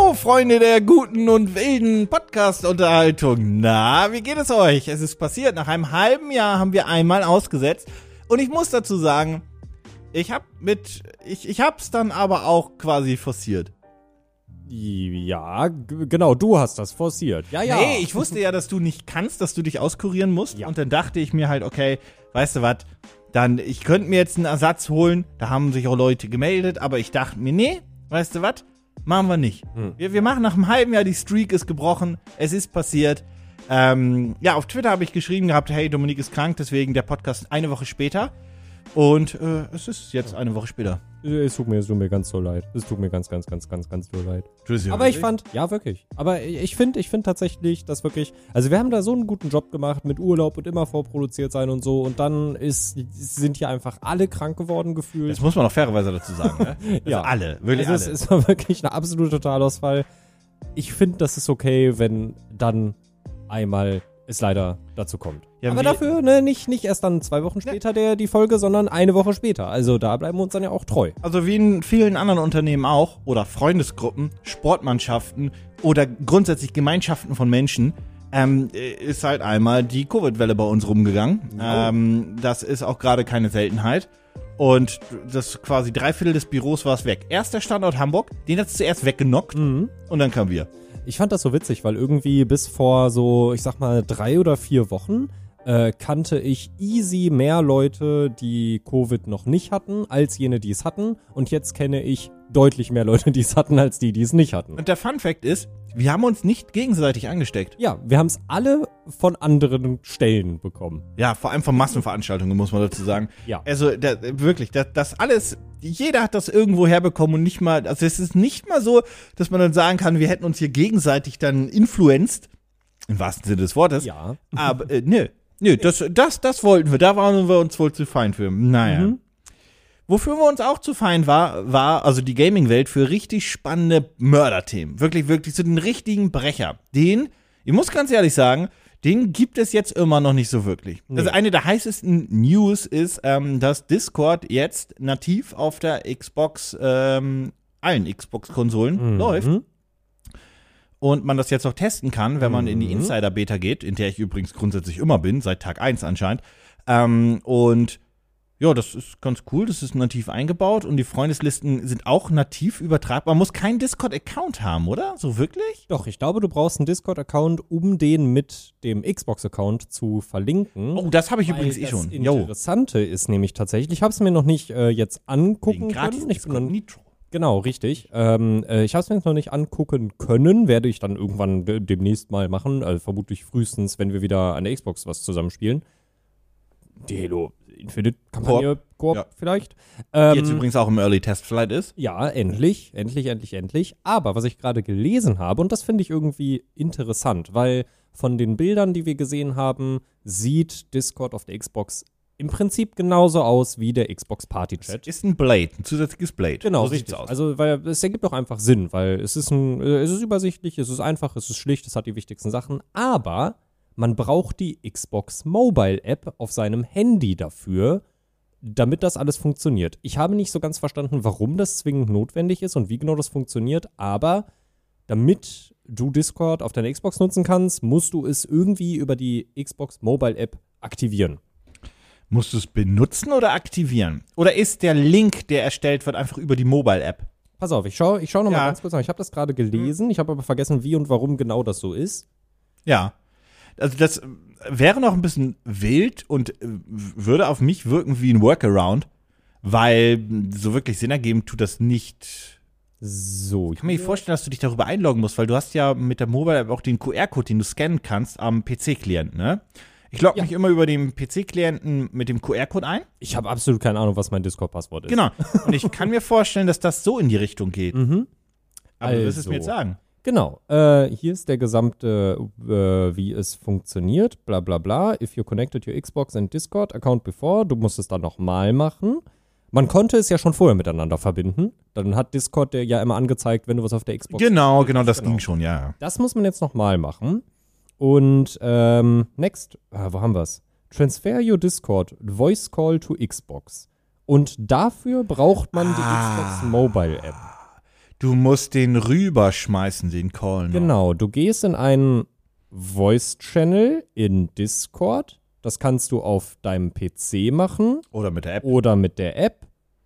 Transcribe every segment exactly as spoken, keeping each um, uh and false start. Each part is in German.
Hallo, Freunde der guten und wilden Podcast-Unterhaltung. Na, wie geht es euch? Es ist passiert, nach einem halben Jahr haben wir einmal ausgesetzt. Und ich muss dazu sagen, ich hab mit, ich, ich hab's dann aber auch quasi forciert. Ja, g- genau, du hast das forciert. Ja, ja. Nee, ich wusste ja, dass du nicht kannst, dass du dich auskurieren musst. Ja. Und dann dachte ich mir halt, okay, weißt du was, dann, ich könnte mir jetzt einen Ersatz holen. Da haben sich auch Leute gemeldet, aber ich dachte mir, nee, weißt du was, machen wir nicht. Hm. Wir, wir machen nach einem halben Jahr, die Streak ist gebrochen, es ist passiert. Ähm, ja, auf Twitter habe ich geschrieben gehabt, hey, Dominik ist krank, deswegen der Podcast eine Woche später. Und äh, es ist jetzt eine Woche später. Es tut mir, es tut mir ganz so leid. Es tut mir ganz, ganz, ganz, ganz, ganz so leid. Tschüss, Aber ich fand, ja wirklich. Aber ich finde, ich finde tatsächlich, dass wirklich, also wir haben da so einen guten Job gemacht mit Urlaub und immer vorproduziert sein und so. Und dann ist, sind hier einfach alle krank geworden gefühlt. Das muss man auch fairerweise dazu sagen, ne? Also Ja. alle, wirklich Also alle. es, es war wirklich ein absoluter Totalausfall. Ich finde, das ist okay, wenn dann einmal es leider dazu kommt. Ja, Aber wie- dafür ne, nicht, nicht erst dann zwei Wochen später der, die Folge, sondern eine Woche später. Also da bleiben wir uns dann ja auch treu. Also wie in vielen anderen Unternehmen auch, oder Freundesgruppen, Sportmannschaften oder grundsätzlich Gemeinschaften von Menschen, ähm, ist halt einmal die Covid-Welle bei uns rumgegangen. Ja. Ähm, das ist auch gerade keine Seltenheit. Und das quasi drei Viertel des Büros war es weg. Erst der Standort Hamburg, den hat es zuerst weggenockt Mhm. und dann kamen wir. Ich fand das so witzig, weil irgendwie bis vor so, ich sag mal, drei oder vier Wochen äh, kannte ich easy mehr Leute, die Covid noch nicht hatten, als jene, die es hatten. Und jetzt kenne ich deutlich mehr Leute, die es hatten, als die, die es nicht hatten. Und der Fun-Fact ist, wir haben uns nicht gegenseitig angesteckt. Ja, wir haben es alle von anderen Stellen bekommen. Ja, vor allem von Massenveranstaltungen, muss man dazu sagen. Ja. Also, da, wirklich, das, das alles, jeder hat das irgendwo herbekommen und nicht mal, also es ist nicht mal so, dass man dann sagen kann, wir hätten uns hier gegenseitig dann influenced, im wahrsten Sinne des Wortes. Ja. Aber, äh, nö, nö, das, das, das wollten wir, da waren wir uns wohl zu fein für. Naja. Mhm. Wofür wir uns auch zu fein war, war also die Gaming-Welt für richtig spannende Mörderthemen. Wirklich, wirklich so den richtigen Brecher. Den, ich muss ganz ehrlich sagen, den gibt es jetzt immer noch nicht so wirklich. Nee. Also eine der heißesten News ist, ähm, dass Discord jetzt nativ auf der Xbox, ähm, allen Xbox-Konsolen Mhm. läuft. Und man das jetzt auch testen kann, wenn man in die Mhm. Insider-Beta geht, in der ich übrigens grundsätzlich immer bin, seit Tag eins anscheinend. Ähm, und ja, das ist ganz cool, das ist nativ eingebaut und die Freundeslisten sind auch nativ übertragbar. Man muss keinen Discord-Account haben, oder? So wirklich? Doch, ich glaube, du brauchst einen Discord-Account, um den mit dem Xbox-Account zu verlinken. Oh, das habe ich Weil übrigens eh das schon. Jo, Interessante ist nämlich tatsächlich, ich habe es mir noch nicht äh, jetzt angucken den gratis können. Ich bin noch, Discord Nitro. genau, richtig. Ähm, äh, ich habe es mir jetzt noch nicht angucken können, werde ich dann irgendwann de- demnächst mal machen. Also vermutlich frühestens, wenn wir wieder an der Xbox was zusammenspielen. Die Halo Infinite-Kampagne, Koop Ja. vielleicht. Die Ähm, jetzt übrigens auch im Early Test Flight ist. Ja, endlich, endlich, endlich, endlich. Aber was ich gerade gelesen habe, und das finde ich irgendwie interessant, weil von den Bildern, die wir gesehen haben, sieht Discord auf der Xbox im Prinzip genauso aus wie der Xbox Party Chat. Ist ein Blade, ein zusätzliches Blade. Genau, so richtig. sieht's aus. Also, weil es ergibt auch einfach Sinn, weil es ist ein, äh, es ist übersichtlich, es ist einfach, es ist schlicht, es hat die wichtigsten Sachen, aber man braucht die Xbox Mobile App auf seinem Handy dafür, damit das alles funktioniert. Ich habe nicht so ganz verstanden, warum das zwingend notwendig ist und wie genau das funktioniert, aber damit du Discord auf deiner Xbox nutzen kannst, musst du es irgendwie über die Xbox Mobile App aktivieren. Musst du es benutzen oder aktivieren? Oder ist der Link, der erstellt wird, einfach über die Mobile-App? Pass auf, ich schaue ich schau noch Ja. mal ganz kurz nach. Ich habe das gerade gelesen, ich habe aber vergessen, wie und warum genau das so ist. Ja. Also das äh, wäre noch ein bisschen wild und äh, würde auf mich wirken wie ein Workaround, weil mh, so wirklich Sinn ergeben tut das nicht. So, Ich kann mir nicht vorstellen, dass du dich darüber einloggen musst, weil du hast ja mit der Mobile-App auch den Q R-Code, den du scannen kannst am P C-Klienten, ne? Ich logge Ja. mich immer über den P C-Klienten mit dem Q R-Code ein. ich habe absolut keine Ahnung, was mein Discord-Passwort ist. Genau. Und ich kann mir vorstellen, dass das so in die Richtung geht. Mhm. Aber du wirst es Also. mir jetzt sagen. Genau, äh, hier ist der gesamte, äh, wie es funktioniert, bla bla bla. If you connected your Xbox and Discord account before, du musst es dann nochmal machen. Man konnte es ja schon vorher miteinander verbinden. Dann hat Discord dir ja immer angezeigt, wenn du was auf der Xbox Genau, genau, das Genau. ging schon, ja. Das muss man jetzt nochmal machen. Und ähm, next, äh, wo haben wir es? Transfer your Discord Voice Call to Xbox. Und dafür braucht man die Ah. Xbox Mobile App. Du musst den rüberschmeißen, den Call. Noch. Genau, du gehst in einen Voice-Channel in Discord. Das kannst du auf deinem P C machen. Oder mit der App. Oder mit der App.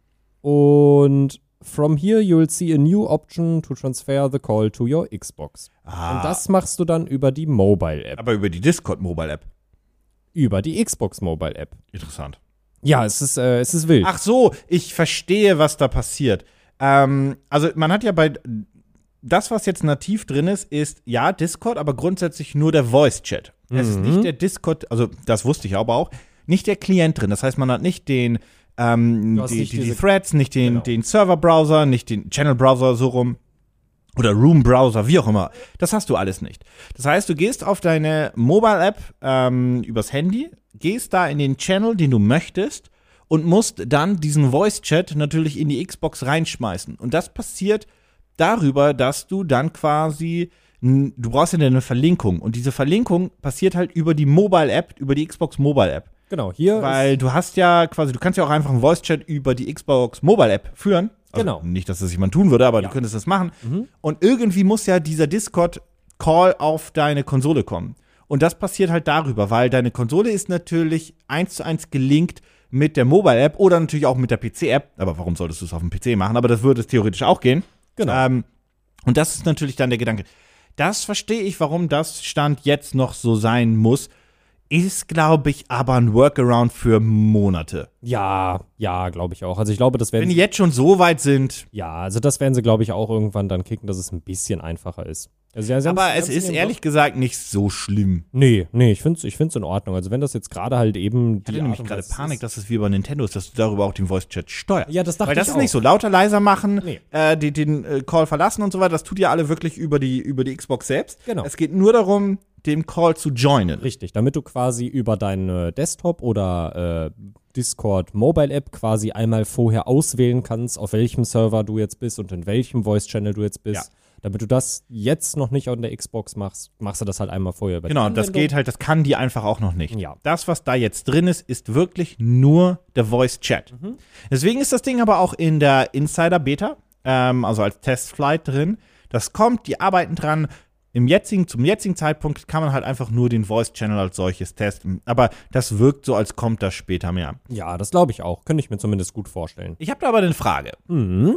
Und from here you'll see a new option to transfer the call to your Xbox. Ah. Und das machst du dann über die Mobile-App. Aber über die Discord-Mobile-App. Über die Xbox Mobile-App. Interessant. Ja, es ist, äh, es ist wild. Ach so, ich verstehe, was da passiert. Ähm, also man hat ja bei das, was jetzt nativ drin ist, ist ja Discord, aber grundsätzlich nur der Voice-Chat. Mhm. Es ist nicht der Discord, also das wusste ich aber auch, nicht der Klient drin. Das heißt, man hat nicht den ähm, die, nicht die, die diese- Threads, nicht den, Genau. den Server-Browser, nicht den Channel-Browser so rum. Oder Room-Browser, wie auch immer. Das hast du alles nicht. Das heißt, du gehst auf deine Mobile-App ähm, übers Handy, gehst da in den Channel, den du möchtest und musst dann diesen Voice-Chat natürlich in die Xbox reinschmeißen. Und das passiert darüber, dass du dann quasi, n- du brauchst ja eine Verlinkung. Und diese Verlinkung passiert halt über die Mobile-App, über die Xbox Mobile-App. Genau, hier Weil du hast ja quasi, du kannst ja auch einfach einen Voice-Chat über die Xbox Mobile-App führen. Also Genau. Nicht, dass das jemand tun würde, aber Ja. du könntest das machen. Und irgendwie muss ja dieser Discord-Call auf deine Konsole kommen. Und das passiert halt darüber, weil deine Konsole ist natürlich eins zu eins gelinkt mit der Mobile-App oder natürlich auch mit der P C-App. Aber warum solltest du es auf dem P C machen? Aber das würde es theoretisch auch gehen. Genau. Ähm, und das ist natürlich dann der Gedanke. Das verstehe ich, warum das Stand jetzt noch so sein muss. Ist, glaube ich, aber ein Workaround für Monate. Ja, ja, glaube ich auch. Also ich glaube, das werden Wenn die sie, jetzt schon so weit sind. ja, also das werden sie, glaube ich, auch irgendwann dann kicken, dass es ein bisschen einfacher ist. Also, ja, sie haben's- Aber sie es haben's ist in ihrem ehrlich gesagt nicht so schlimm. Nee, nee, ich finde es ich find's in Ordnung. Also wenn das jetzt gerade halt eben Ich hatte die nämlich Art und gerade Weise Panik, ist. dass es wie bei Nintendo ist, dass du darüber auch den Voice-Chat steuerst. Ja, das dachte Weil das ich ist auch. nicht so lauter, leiser machen, Nee. äh, die, den äh, Call verlassen und so weiter. Das tut ihr alle wirklich über die, über die Xbox selbst. Genau. Es geht nur darum, dem Call zu joinen. Richtig, damit du quasi über deine Desktop oder äh, Discord Mobile App quasi einmal vorher auswählen kannst, auf welchem Server du jetzt bist und in welchem Voice Channel du jetzt bist. Ja. Damit du das jetzt noch nicht an der Xbox machst, machst du das halt einmal vorher über die Genau, das Anwendung. geht halt, das kann die einfach auch noch nicht. Ja. Das, was da jetzt drin ist, ist wirklich nur der Voice-Chat. Mhm. Deswegen ist das Ding aber auch in der Insider-Beta, ähm, also als Testflight drin. Das kommt, die arbeiten dran. Im jetzigen, zum jetzigen Zeitpunkt kann man halt einfach nur den Voice-Channel als solches testen. Aber das wirkt so, als kommt das später mehr. Ja, das glaube ich auch. Könnte ich mir zumindest gut vorstellen. Ich habe da aber eine Frage. Mhm.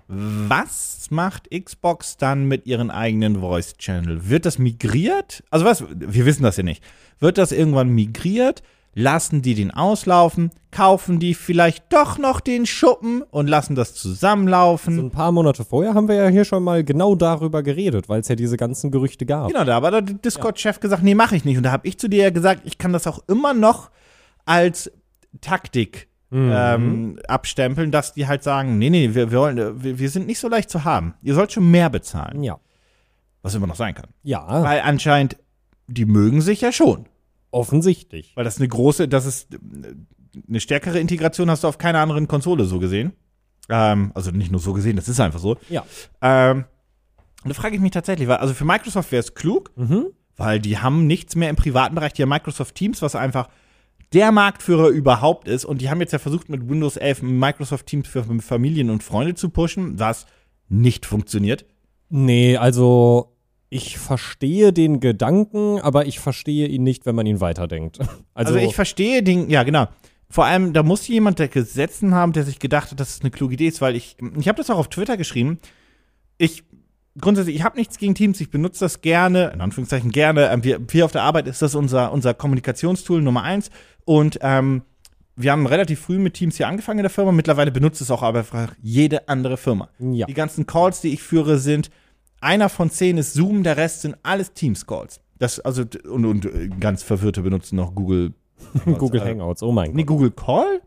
Was macht Xbox dann mit ihren eigenen Voice-Channel? Wird das migriert? Also was, wir wissen das ja nicht. Wird das irgendwann migriert? Lassen die den auslaufen? Kaufen die vielleicht doch noch den Schuppen und lassen das zusammenlaufen? So ein paar Monate vorher haben wir ja hier schon mal genau darüber geredet, weil es ja diese ganzen Gerüchte gab. Genau, da hat der Discord-Chef gesagt, nee, mache ich nicht. Und da habe ich zu dir ja gesagt, ich kann das auch immer noch als Taktik Mhm. ähm, abstempeln, dass die halt sagen, nee, nee, wir, wir, wollen, wir, wir sind nicht so leicht zu haben. Ihr sollt schon mehr bezahlen. Ja. Was immer noch sein kann. Ja, Weil anscheinend, die mögen sich ja schon. offensichtlich. Weil das eine große, das ist äh, eine stärkere Integration hast du auf keiner anderen Konsole so gesehen. Ähm, also nicht nur so gesehen, das ist einfach so. Ja. Ähm, und da frage ich mich tatsächlich, weil, also für Microsoft wäre es klug, Mhm. weil die haben nichts mehr im privaten Bereich. Die haben Microsoft Teams, was einfach der Marktführer überhaupt ist. Und die haben jetzt ja versucht, mit Windows elf Microsoft Teams für Familien und Freunde zu pushen, was nicht funktioniert. Nee, also ich verstehe den Gedanken, aber ich verstehe ihn nicht, wenn man ihn weiterdenkt. Also, Also, ich verstehe den, ja genau. Vor allem, da muss jemand, der gesessen haben, der sich gedacht hat, dass es eine kluge Idee ist, weil ich, ich habe das auch auf Twitter geschrieben. Ich, grundsätzlich, ich habe nichts gegen Teams, ich benutze das gerne, in Anführungszeichen gerne. Ähm, Wir, wir auf der Arbeit ist das unser, unser Kommunikationstool Nummer eins. Und ähm, wir haben relativ früh mit Teams hier angefangen in der Firma. Mittlerweile benutzt es auch aber einfach jede andere Firma. ja. Die ganzen Calls, die ich führe, sind einer von zehn ist Zoom, der Rest sind alles Teams-Calls. Das, also, und, und äh, ganz Verwirrte benutzen noch Google. Google äh, Hangouts, oh mein Nee, Gott. Google Call?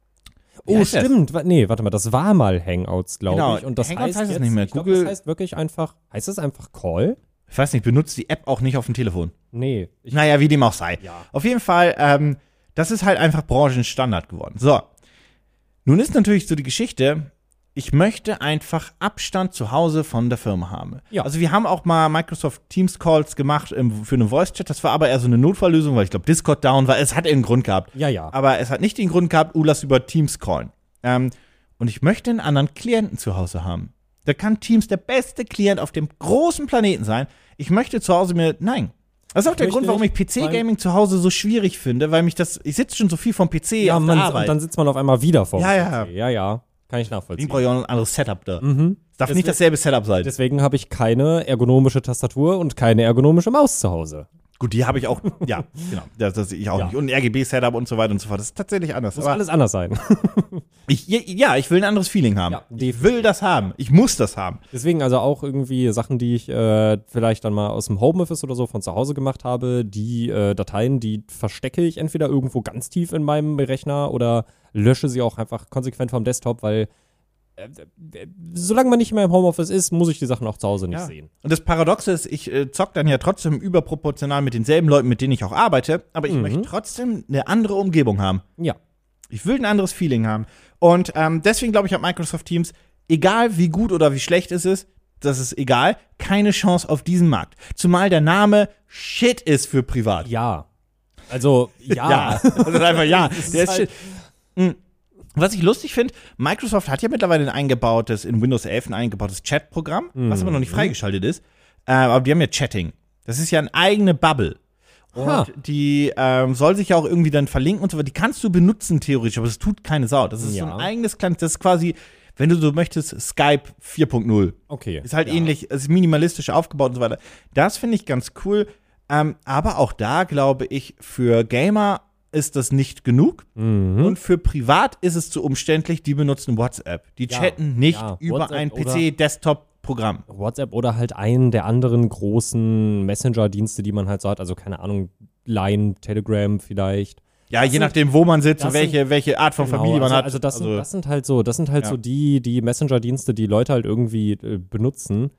Wie Oh, heißt das? stimmt. Wa- Nee, warte mal, das war mal Hangouts, glaube Genau, ich. Und das Hangouts heißt, heißt es jetzt, nicht mehr. Ich glaub, Google- das heißt wirklich einfach, heißt das einfach Call? Ich weiß nicht, benutzt die App auch nicht auf dem Telefon. Nee. Ich, Naja, wie dem auch sei. Ja. Auf jeden Fall, ähm, das ist halt einfach Branchenstandard geworden. So. Nun ist natürlich so die Geschichte, ich möchte einfach Abstand zu Hause von der Firma haben. Ja. Also wir haben auch mal Microsoft Teams Calls gemacht ähm, für eine Voice-Chat. Das war aber eher so eine Notfalllösung, weil ich glaube Discord down war. Es hat einen Grund gehabt. ja, ja. Aber es hat nicht den Grund gehabt, uh, lass über Teams callen. Ähm, und ich möchte einen anderen Klienten zu Hause haben. Da kann Teams der beste Client auf dem großen Planeten sein. Ich möchte zu Hause mir, nein. Das ist auch der Möchte Grund, warum ich ich, P C-Gaming zu Hause so schwierig finde, weil mich das, ich sitze schon so viel vom P C Ja, auf man, der und Arbeit. dann sitzt man auf einmal wieder vor. Ja, ja. Ja, ja. Kann ich Deswegen nachvollziehen. brauche ich auch noch ein anderes Setup da. Mhm. Es darf Deswegen- nicht dasselbe Setup sein. Deswegen habe ich keine ergonomische Tastatur und keine ergonomische Maus zu Hause. Gut, die habe ich auch, ja, genau. Das, das ich auch Ja. nicht. Und ein R G B-Setup und so weiter und so fort. Das ist tatsächlich anders. Muss Aber alles anders sein. ich, ja, ich will ein anderes Feeling haben. Ja, ich will das haben. Ich muss das haben. Deswegen also auch irgendwie Sachen, die ich äh, vielleicht dann mal aus dem Homeoffice oder so von zu Hause gemacht habe, die äh, Dateien, die verstecke ich entweder irgendwo ganz tief in meinem Rechner oder lösche sie auch einfach konsequent vom Desktop, weil äh, äh, solange man nicht mehr im Homeoffice ist, muss ich die Sachen auch zu Hause nicht Ja. sehen. Und das Paradoxe ist, ich äh, zock dann ja trotzdem überproportional mit denselben Leuten, mit denen ich auch arbeite, aber ich Mhm. möchte trotzdem eine andere Umgebung haben. Ja. Ich will ein anderes Feeling haben. Und ähm, deswegen glaube ich, hat Microsoft Teams, egal wie gut oder wie schlecht es ist, das ist egal, keine Chance auf diesen Markt. Zumal der Name Shit ist für privat. Ja. Also, ja. Das ist einfach ja. Das ist Der ist halt- Shit. Mhm. Was ich lustig finde, Microsoft hat ja mittlerweile ein eingebautes, in Windows elf ein eingebautes Chat-Programm, was aber noch nicht freigeschaltet ist. Äh, aber die haben ja Chatting. Das ist ja eine eigene Bubble. Und Ha. die ähm, soll sich ja auch irgendwie dann verlinken und so weiter. Die kannst du benutzen theoretisch, aber es tut keine Sau. Das ist so Ja. ein eigenes kleines, das ist quasi, wenn du so möchtest, Skype vier Punkt null. Okay. Ist halt ja. ähnlich, ist minimalistisch aufgebaut und so weiter. Das finde ich ganz cool. Ähm, aber auch da glaube ich, für Gamer ist das nicht genug. Mhm. Und für privat ist es zu umständlich, die benutzen WhatsApp. Die Ja, chatten nicht ja, über WhatsApp ein oder- P C-Desktop-Programm. WhatsApp oder halt einen der anderen großen Messenger-Dienste, die man halt so hat. Also keine Ahnung, Line, Telegram vielleicht. Ja, Das je sind- nachdem, wo man sitzt und das welche, welche Art von Genau, Familie man also, hat. Also das, Sind, das sind halt so, das sind halt Ja. so die, die Messenger-Dienste, die Leute halt irgendwie äh, benutzen.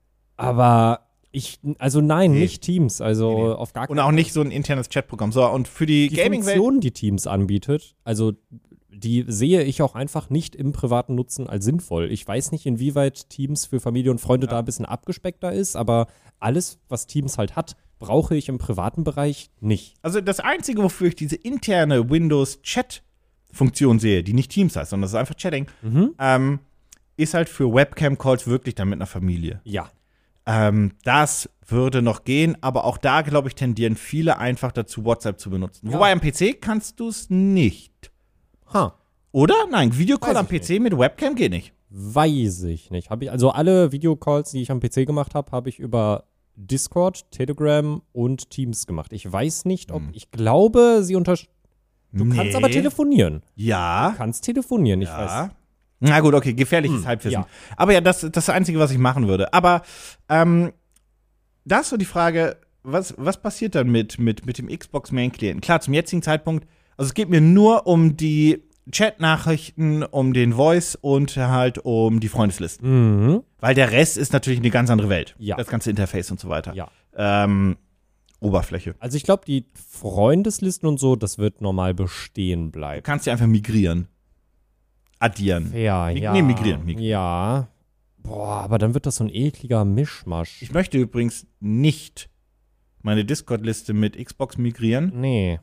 Aber ich, also nein, Nee. nicht Teams. Also Nee, nee. auf gar Und keinen auch nicht so ein internes Chatprogramm. So, und für die, die Gaming-Welt. Funktion, die Teams anbietet, also die sehe ich auch einfach nicht im privaten Nutzen als sinnvoll. Ich weiß nicht, inwieweit Teams für Familie und Freunde da ein bisschen abgespeckter ist, aber alles, was Teams halt hat, brauche ich im privaten Bereich nicht. Also das Einzige, wofür ich diese interne Windows-Chat-Funktion sehe, die nicht Teams heißt, sondern das ist einfach Chatting, Mhm. ähm, ist halt für Webcam-Calls wirklich dann mit einer Familie. Ja. Ähm, das würde noch gehen, aber auch da, glaube ich, tendieren viele einfach dazu, WhatsApp zu benutzen. Ja. Wobei am P C kannst du es nicht. Ha. Oder? Nein, Videocall Weiß am ich P C mit Webcam geht nicht. Weiß ich nicht. Hab ich, also alle Videocalls, die ich am P C gemacht habe, habe ich über Discord, Telegram und Teams gemacht. Ich weiß nicht, ob, Hm. ich glaube, sie unter. Du kannst Nee. aber telefonieren. Ja. Du kannst telefonieren, ich Ja. weiß. Na gut, okay, gefährliches Hm, Halbwissen. ja. Aber ja, das, das ist das Einzige, was ich machen würde. Aber ähm, da ist so die Frage, was, was passiert dann mit, mit, mit dem Xbox-Main-Klienten? Klar, zum jetzigen Zeitpunkt, also es geht mir nur um die Chat-Nachrichten, um den Voice und halt um die Freundeslisten. Mhm. Weil der Rest ist natürlich eine ganz andere Welt. Ja. Das ganze Interface und so weiter. Ja. Ähm, Oberfläche. Also ich glaube, die Freundeslisten und so, das wird normal bestehen Du bleiben. kannst ja einfach migrieren. Addieren. Ja, Mig- ja. nee, migrieren, migrieren. Ja. Boah, aber dann wird das so ein ekliger Mischmasch. Ich möchte übrigens nicht meine Discord-Liste mit Xbox migrieren. Nee.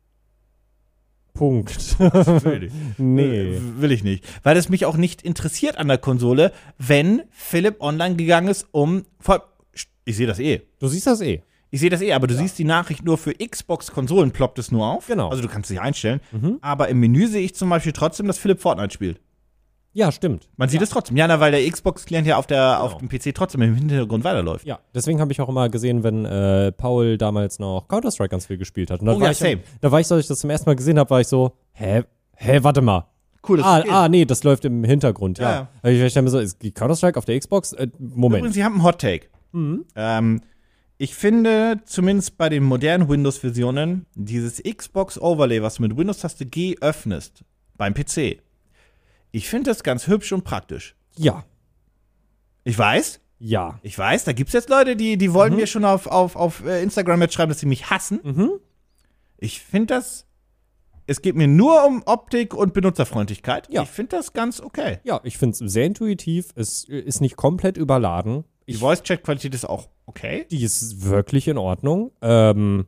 Punkt. Will ich. nee. Äh, Will ich nicht. Weil es mich auch nicht interessiert an der Konsole, wenn Philipp online gegangen ist, um. Vor, ich sehe das eh. Du siehst das eh. Ich sehe das eh, aber du siehst die Nachricht nur für Xbox-Konsolen, ploppt es nur auf. Genau. Also du kannst dich einstellen. Mhm. Aber im Menü sehe ich zum Beispiel trotzdem, dass Philipp Fortnite spielt. Ja, stimmt. Man sieht es trotzdem. Ja, na, weil der Xbox-Client ja auf, der, auf Genau. dem P C trotzdem im Hintergrund weiterläuft. Ja, deswegen habe ich auch immer gesehen, wenn äh, Paul damals noch Counter-Strike ganz viel gespielt hat. Und da Oh war ja, ich, same. Da war ich so, als ich das zum ersten Mal gesehen habe, war ich so, hä, hä, warte mal. Cool, das Ah, geht. ah, nee, das läuft im Hintergrund, ja. Ja, ja. Ich, ich dachte mir so, ist Counter-Strike auf der Xbox? Äh, Moment. Übrigens, Sie haben einen Hot-Take. Mhm. Ähm, ich finde, zumindest bei den modernen Windows-Versionen, dieses Xbox-Overlay, was du mit Windows-Taste G öffnest, beim P C, ich finde das ganz hübsch und praktisch. Ja, Ich weiß, ja. ich weiß, da gibt es jetzt Leute, die, die wollen Mhm. mir schon auf, auf, auf äh, Instagram jetzt schreiben, dass sie mich hassen. Mhm. Ich finde das, es geht mir nur um Optik und Benutzerfreundlichkeit. Ja. Ich finde das ganz okay. Ja, ich finde es sehr intuitiv. Es ist nicht komplett überladen. Die Ich, Voice-Chat-Qualität ist auch okay. die ist wirklich in Ordnung. Ähm,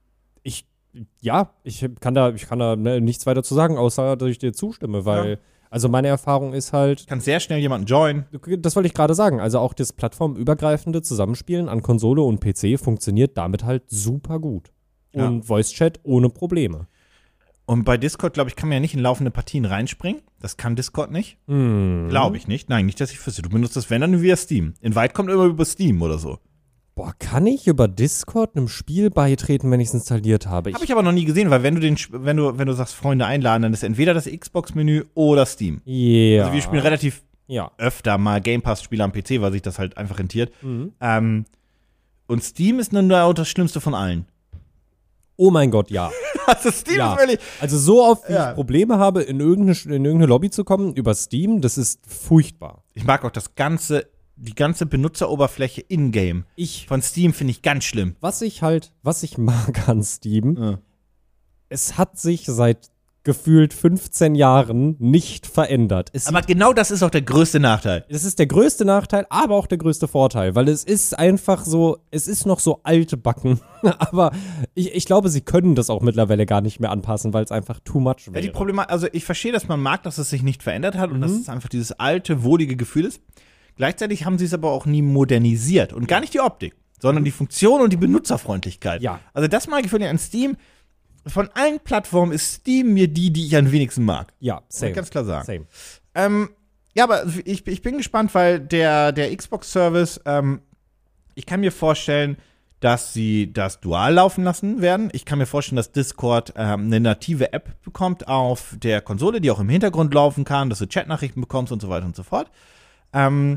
ich, ja, ich kann da, ich kann da ne, nichts weiter zu sagen, außer dass ich dir zustimme, weil, Ja. Also meine Erfahrung ist halt, Kannst sehr schnell jemanden joinen. das wollte ich gerade sagen, also auch das plattformübergreifende Zusammenspielen an Konsole und P C funktioniert damit halt super gut. Ja. Und Voice-Chat ohne Probleme. Und bei Discord, glaube ich, kann man ja nicht in laufende Partien reinspringen. Das kann Discord nicht. Hm. Glaube ich nicht. Nein, nicht, dass ich wüsste. Du benutzt das, wenn dann via Steam. Invite kommt immer über Steam oder so. Boah, kann ich über Discord einem Spiel beitreten, wenn ich es installiert habe? Ich, Habe ich aber noch nie gesehen, weil wenn du den, wenn du, wenn du sagst Freunde einladen, dann ist entweder das Xbox-Menü oder Steam. yeah. Also wir spielen relativ Ja. öfter mal Game Pass-Spiele am P C, weil sich das halt einfach rentiert. Mhm. Ähm, und Steam ist nun auch das Schlimmste von allen. Oh mein Gott, ja. Also Steam Ja. ist wirklich. Also so oft, wie Ja. ich Probleme habe, in irgendeine, in irgendeine Lobby zu kommen, über Steam, das ist furchtbar. Ich mag auch das ganze, die ganze Benutzeroberfläche in-game. Ich, Von Steam finde ich ganz schlimm. was ich halt, was ich mag an Steam, Ja. es hat sich seit gefühlt fünfzehn Jahren nicht verändert. Es Aber genau das ist auch der größte Nachteil. Das ist der größte Nachteil, aber auch der größte Vorteil, weil es ist einfach so, es ist noch so alte Backen. Aber ich, ich glaube, sie können das auch mittlerweile gar nicht mehr anpassen, weil es einfach too much Ja, wäre. die Probleme, also ich verstehe, dass man mag, dass es sich nicht verändert hat und dass es einfach dieses alte, wohlige Gefühl ist. Gleichzeitig haben sie es aber auch nie modernisiert und gar nicht die Optik, sondern die Funktion und die Benutzerfreundlichkeit. Ja. Also das mag ich von dir an Steam. Von allen Plattformen ist Steam mir die, die ich am wenigsten mag. ja, Muss ich same. ganz klar sagen. Same. Ähm, ja, aber ich, ich bin gespannt, weil der, der Xbox-Service, ähm, ich kann mir vorstellen, dass sie das dual laufen lassen werden. Ich kann mir vorstellen, dass Discord ähm, eine native App bekommt auf der Konsole, die auch im Hintergrund laufen kann, dass du Chatnachrichten bekommst und so weiter und so fort. Ähm,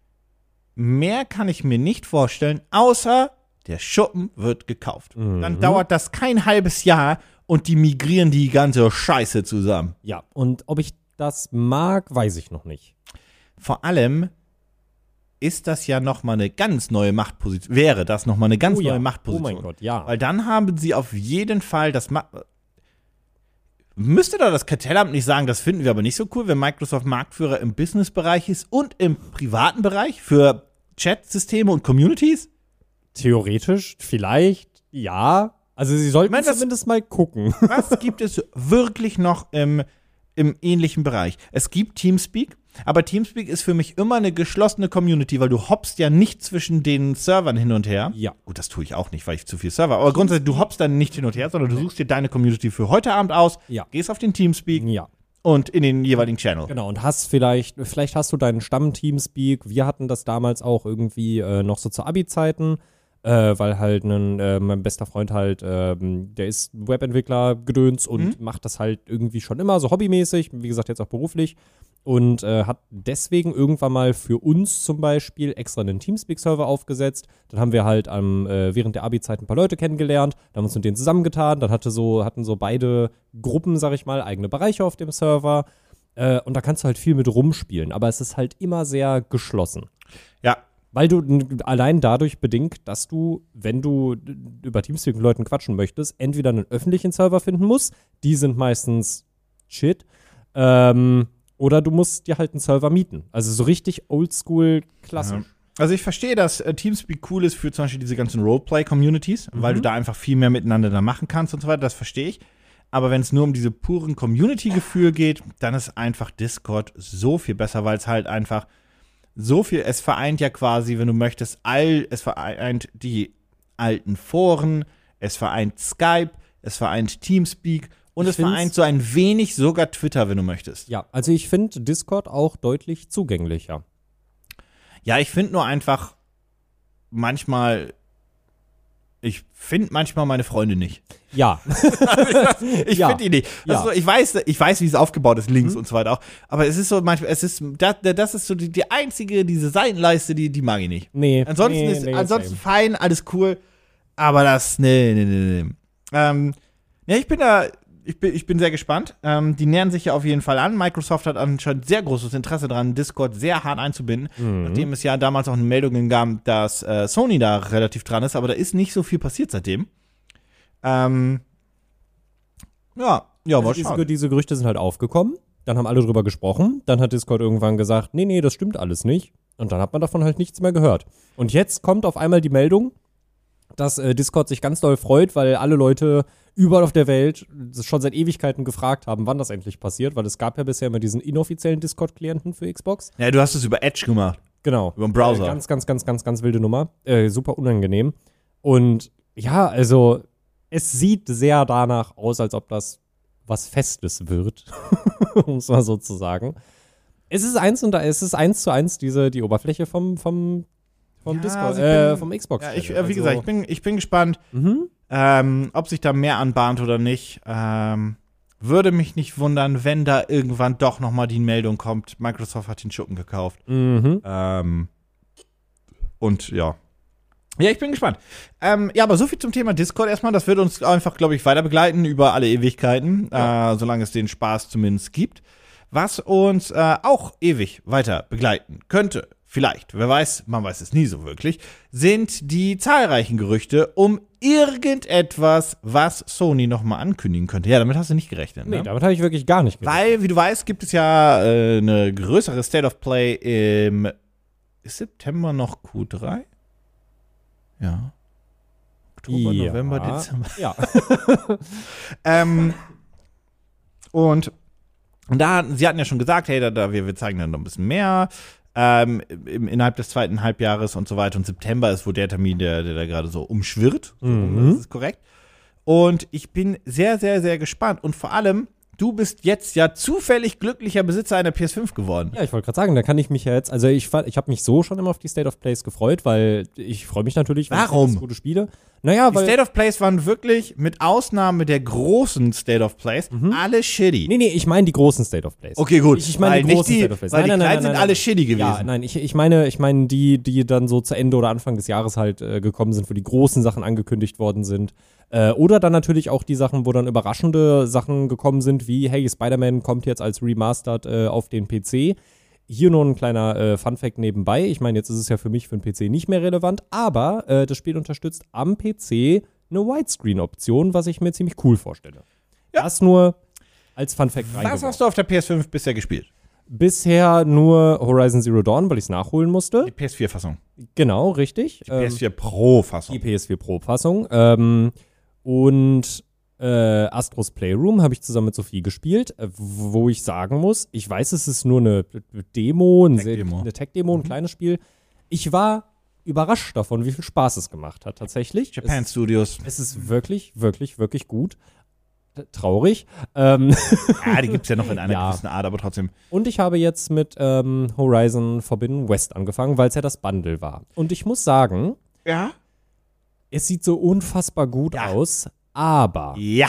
mehr kann ich mir nicht vorstellen, außer der Schuppen wird gekauft. Mhm. Dann dauert das kein halbes Jahr und die migrieren die ganze Scheiße zusammen. Ja, und ob ich das mag, weiß ich noch nicht. Vor allem ist das ja noch mal eine ganz neue Machtposition. Wäre das noch mal eine ganz oh, ja. neue Oh Machtposition. mein Gott, ja. Weil dann haben sie auf jeden Fall das Ma Müsste da das Kartellamt nicht sagen, das finden wir aber nicht so cool, wenn Microsoft Marktführer im Business-Bereich ist und im privaten Bereich für Chat-Systeme und Communities? Theoretisch, vielleicht, ja. Also sie sollten Ich meine, das- zumindest mal gucken. Was gibt es wirklich noch im, im ähnlichen Bereich? Es gibt Teamspeak, aber Teamspeak ist für mich immer eine geschlossene Community, weil du hoppst ja nicht zwischen den Servern hin und her. Ja. Gut, das tue ich auch nicht, weil ich zu viel Server. Aber grundsätzlich, du hoppst dann nicht hin und her, sondern du suchst dir deine Community für heute Abend aus, Ja. gehst auf den Teamspeak Ja. und in den jeweiligen Channel. Genau, und hast vielleicht, vielleicht hast du deinen Stammteamspeak. Wir hatten das damals auch irgendwie äh, noch so zu Abi-Zeiten, äh, weil halt ein, äh, mein bester Freund halt, ähm, der ist Webentwickler gedöns und macht das halt irgendwie schon immer so hobbymäßig, wie gesagt, jetzt auch beruflich. Und äh, hat deswegen irgendwann mal für uns zum Beispiel extra einen Teamspeak-Server aufgesetzt. Dann haben wir halt am, äh, während der Abi-Zeit ein paar Leute kennengelernt, dann haben wir uns mit denen zusammengetan, dann hatte so, hatten so beide Gruppen, sag ich mal, eigene Bereiche auf dem Server. Äh, und da kannst du halt viel mit rumspielen, aber es ist halt immer sehr geschlossen. Ja, Weil du n- allein dadurch bedingt, dass du, wenn du d- über Teamspeak mit Leuten quatschen möchtest, entweder einen öffentlichen Server finden musst, die sind meistens shit, ähm, oder du musst dir halt einen Server mieten. Also so richtig oldschool klassisch. also ich verstehe, dass äh, Teamspeak cool ist für zum Beispiel diese ganzen Roleplay-Communities, weil du da einfach viel mehr miteinander da machen kannst und so weiter, das verstehe ich. Aber wenn es nur um diese puren Community-Gefühl geht, dann ist einfach Discord so viel besser, weil es halt einfach so viel, es vereint ja quasi, wenn du möchtest, all, es vereint die alten Foren, es vereint Skype, es vereint Teamspeak und Ich es find's- vereint so ein wenig sogar Twitter, wenn du möchtest. Ja, also ich finde Discord auch deutlich zugänglicher. Ja, ich finde nur einfach manchmal, ich finde manchmal meine Freunde nicht. Ja, Ich Ja. finde die nicht. Ja. Also ich weiß, ich weiß, wie es aufgebaut ist, links und so weiter auch. Aber es ist so manchmal, es ist, das, das ist so die, die einzige, diese Seitenleiste, die, die mag ich nicht. nee. Ansonsten nee, ist, nee, ansonsten same. fein, alles cool. Aber das, nee, nee, nee, nee. Ähm, ja, ich bin da, ich bin, ich bin sehr gespannt. Ähm, die nähern sich ja auf jeden Fall an. Microsoft hat anscheinend sehr großes Interesse daran, Discord sehr hart einzubinden. Mhm. Nachdem es ja damals auch eine Meldung gab, dass äh, Sony da relativ dran ist. Aber da ist nicht so viel passiert seitdem. Ähm, ja, ja, mal Also diese, schauen. diese Gerüchte sind halt aufgekommen, dann haben alle drüber gesprochen, dann hat Discord irgendwann gesagt, nee, nee, das stimmt alles nicht. Und dann hat man davon halt nichts mehr gehört. Und jetzt kommt auf einmal die Meldung, dass äh, Discord sich ganz doll freut, weil alle Leute überall auf der Welt das schon seit Ewigkeiten gefragt haben, wann das endlich passiert, weil es gab ja bisher immer diesen inoffiziellen Discord-Klienten für Xbox. Ja, du hast es über Edge gemacht. Genau. Über den Browser. Äh, ganz, ganz, ganz, ganz, ganz wilde Nummer. Äh, super unangenehm. Und ja, also es sieht sehr danach aus, als ob das was Festes wird, um es mal so zu sagen. Es ist eins und da es ist eins zu eins diese die Oberfläche vom vom vom Ja, Discord, also ich äh, bin- vom Xbox. Ja, ich, äh, also, wie gesagt, ich bin, ich bin gespannt, mhm. ähm, ob sich da mehr anbahnt oder nicht. Ähm, würde mich nicht wundern, wenn da irgendwann doch noch mal die Meldung kommt, Microsoft hat den Schuppen gekauft. Mhm. Ähm, und ja. Ja, ich bin gespannt. Ähm, ja, aber so viel zum Thema Discord erstmal. Das wird uns einfach, glaube ich, weiter begleiten über alle Ewigkeiten, Ja. äh, solange es den Spaß zumindest gibt. Was uns äh, auch ewig weiter begleiten könnte, vielleicht, wer weiß, man weiß es nie so wirklich, sind die zahlreichen Gerüchte um irgendetwas, was Sony noch mal ankündigen könnte. Ja, damit hast du nicht gerechnet, ne? Nee, damit habe ich wirklich gar nicht gerechnet. Weil, wie du weißt, gibt es ja äh, eine größere State of Play im ist September noch Q drei? Ja. Oktober, ja. November, Dezember. Ja. ähm, und, und da, sie hatten ja schon gesagt, hey, da, da wir, wir zeigen dann noch ein bisschen mehr ähm, im, innerhalb des zweiten Halbjahres und so weiter. Und September ist wohl der Termin, der, der da gerade so umschwirrt. So, Mhm. Das ist korrekt. Und ich bin sehr, sehr, sehr gespannt. Und vor allem, du bist jetzt ja zufällig glücklicher Besitzer einer P S fünf geworden. Ja, ich wollte gerade sagen, da kann ich mich ja jetzt, also ich, fa- ich habe mich so schon immer auf die State of Plays gefreut, weil ich freue mich natürlich, wenn Warum? ich gute Spiele. Naja, Die weil State of Plays waren wirklich, mit Ausnahme der großen State of Plays, alle shitty. Nee, nee, ich meine die großen State of Plays. Okay, gut. Ich, ich meine Weil die nicht großen die- State of Plays. weil die nein, nein, kleinen nein, sind nein, alle nein. shitty gewesen. Ja, nein, ich, ich meine, ich meine die, die dann so zu Ende oder Anfang des Jahres halt äh, gekommen sind, wo die großen Sachen angekündigt worden sind. Äh, oder dann natürlich auch die Sachen, wo dann überraschende Sachen gekommen sind, wie, hey, Spider-Man kommt jetzt als Remastered äh, auf den P C. Hier nur ein kleiner äh, Funfact nebenbei. Ich meine, jetzt ist es ja für mich für den P C nicht mehr relevant, aber äh, das Spiel unterstützt am P C eine Widescreen-Option, was ich mir ziemlich cool vorstelle. Ja. Das nur als Funfact Was reingeworfen. hast du auf der P S fünf bisher gespielt? Bisher nur Horizon Zero Dawn, weil ich es nachholen musste. Die P S vier-Fassung. Genau, richtig. Die P S vier Pro-Fassung. Die P S vier Pro-Fassung. Ähm, und äh, Astros Playroom habe ich zusammen mit Sophie gespielt, äh, wo ich sagen muss, ich weiß, es ist nur eine Demo, ein sehr- Tech-Demo. eine Tech-Demo, ein kleines Spiel. Ich war überrascht davon, wie viel Spaß es gemacht hat, tatsächlich. Japan es, Studios. es ist wirklich, wirklich, wirklich gut. Traurig. Ähm, Ja, die gibt's ja noch in einer Ja. gewissen Art, aber trotzdem. Und ich habe jetzt mit ähm, Horizon Forbidden West angefangen, weil es ja das Bundle war. Und ich muss sagen, Ja? es sieht so unfassbar gut Ja. aus, aber Ja.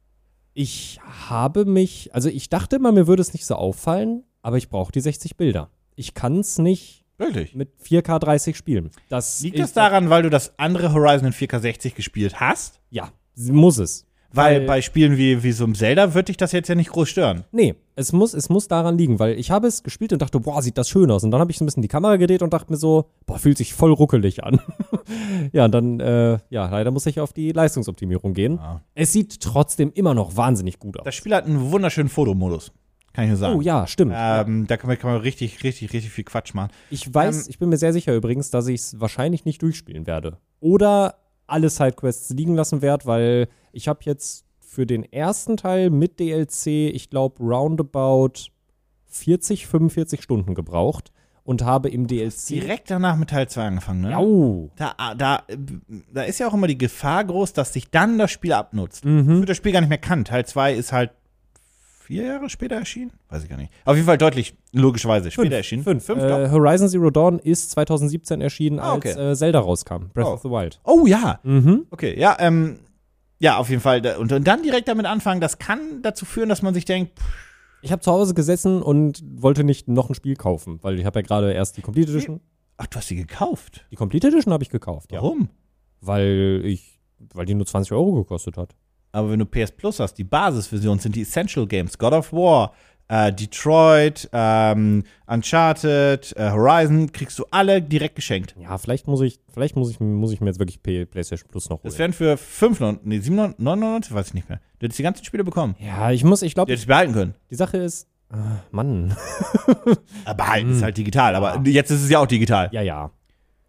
ich habe mich, also ich dachte immer, mir würde es nicht so auffallen, aber ich brauche die sechzig Bilder. Ich kann es nicht Wirklich. mit vier K dreißig spielen. Das Liegt ich- das daran, weil du das andere Horizon in vier K sechzig gespielt hast? Ja, muss es. Weil Weil- bei Spielen wie, wie so einem Zelda wird dich das jetzt ja nicht groß stören. Nee, es muss, es muss daran liegen, weil ich habe es gespielt und dachte, boah, sieht das schön aus. Und dann habe ich so ein bisschen die Kamera gedreht und dachte mir so, boah, fühlt sich voll ruckelig an. Ja, und dann, äh, ja, leider muss ich auf die Leistungsoptimierung gehen. Ja. Es sieht trotzdem immer noch wahnsinnig gut aus. Das Spiel hat einen wunderschönen Fotomodus. Kann ich nur sagen. Oh ja, stimmt. Ähm, da kann man, kann man richtig, richtig, richtig viel Quatsch machen. Ich weiß, ähm, ich bin mir sehr sicher übrigens, dass ich es wahrscheinlich nicht durchspielen werde. Oder alle Sidequests liegen lassen werde, weil ich habe jetzt für den ersten Teil mit D L C, ich glaube, roundabout vierzig, fünfundvierzig Stunden gebraucht und habe im D L C. Direkt danach mit Teil zwei angefangen, ne? Au. Da, da, da ist ja auch immer die Gefahr groß, dass sich dann das Spiel abnutzt. Ich Mhm. würde das Spiel gar nicht mehr kann. Teil zwei ist halt vier Jahre später erschienen? Weiß ich gar nicht. Auf jeden Fall deutlich, logischerweise, später erschienen. Fünf. Fünf äh, doch? Horizon Zero Dawn ist zwanzig siebzehn erschienen, Ah, okay. als äh, Zelda rauskam. Breath Oh. of the Wild. Oh ja. Mhm. Okay, ja, ähm, ja, auf jeden Fall. Und, und dann direkt damit anfangen, das kann dazu führen, dass man sich denkt, pff, Ich habe zu Hause gesessen und wollte nicht noch ein Spiel kaufen, weil ich habe ja gerade erst die Complete Edition. ach, du hast die gekauft. Die Complete Edition habe ich gekauft, ja. Warum? Weil ich, weil die nur zwanzig Euro gekostet hat. Aber wenn du P S Plus hast, die Basisversion sind die Essential Games, God of War, äh, Detroit, ähm, Uncharted, äh, Horizon, kriegst du alle direkt geschenkt. Ja, vielleicht muss ich, vielleicht muss ich, muss ich mir jetzt wirklich P PlayStation Plus noch holen. Das wären für fünf, nee, sieben, neunundneunzig, weiß ich nicht mehr. Du hättest die ganzen Spiele bekommen. ja, ich muss, ich Du glaube, hättest behalten können. die Sache ist, äh, Mann. Aber behalten ist halt digital, aber jetzt ist es ja auch digital. Ja, ja.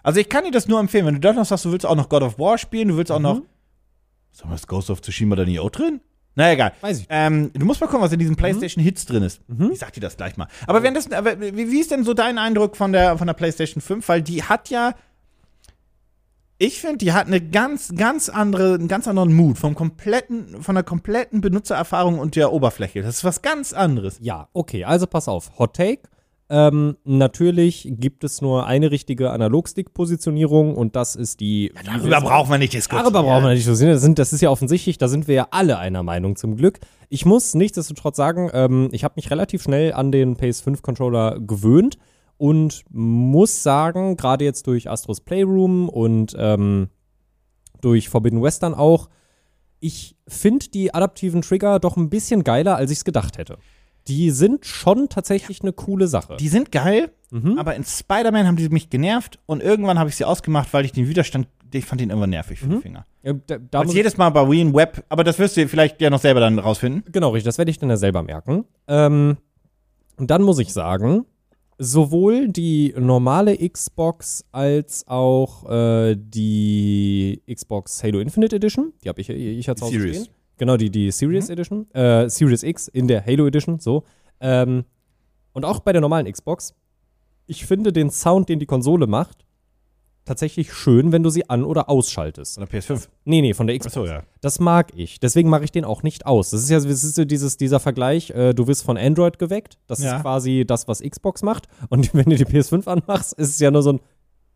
Also ich kann dir das nur empfehlen, wenn du doch noch sagst, du willst auch noch God of War spielen, du willst auch Mhm. noch, sag mal, ist Ghost of Tsushima da nicht auch drin? Na egal. Weiß ich. Ähm, du musst mal gucken, was in diesen PlayStation Hits drin ist. Mhm. Ich sag dir das gleich mal. Aber wenn das, aber wie, wie ist denn so dein Eindruck von der, von der PlayStation fünf? Weil die hat ja, ich finde, die hat eine ganz, ganz andere, einen ganz anderen Mut vom kompletten, von der kompletten Benutzererfahrung und der Oberfläche. Das ist was ganz anderes. Ja, okay, also pass auf. Hot Take. Ähm, natürlich gibt es nur eine richtige Analogstick-Positionierung und das ist die. Ja, darüber brauchen wir nicht diskutieren. Darüber brauchen wir nicht diskutieren. Das, sind, das ist ja offensichtlich, da sind wir ja alle einer Meinung zum Glück. Ich muss nichtsdestotrotz sagen, ähm, ich habe mich relativ schnell an den P S fünf Controller gewöhnt und muss sagen, gerade jetzt durch Astros Playroom und ähm, durch Forbidden Western auch, ich finde die adaptiven Trigger doch ein bisschen geiler, als ich es gedacht hätte. Die sind schon tatsächlich eine coole Sache. Die sind geil, Mhm. aber in Spider-Man haben die mich genervt und irgendwann habe ich sie ausgemacht, weil ich den Widerstand, ich fand den immer nervig für Mhm. die Finger. Ja, da, da Also muss jedes Mal bei Wii und Web, aber das wirst du vielleicht ja noch selber dann rausfinden. Genau, richtig. Das werde ich dann ja selber merken. Ähm, und dann muss ich sagen, sowohl die normale Xbox als auch äh, die Xbox Halo Infinite Edition, die habe ich, ich hatte Die zu Hause Series. stehen. Genau, die, die Series Edition, äh, Series X in der Halo Edition, so. Ähm, und auch bei der normalen Xbox, ich finde den Sound, den die Konsole macht, tatsächlich schön, wenn du sie an- oder ausschaltest. Von der P S fünf. Nee, nee, von der Xbox. Achso, ja. Das mag ich. Deswegen mache ich den auch nicht aus. Das ist ja das ist so dieses, dieser Vergleich, äh, du wirst von Android geweckt. Das Ja. ist quasi das, was Xbox macht. Und wenn du die P S fünf anmachst, ist es ja nur so ein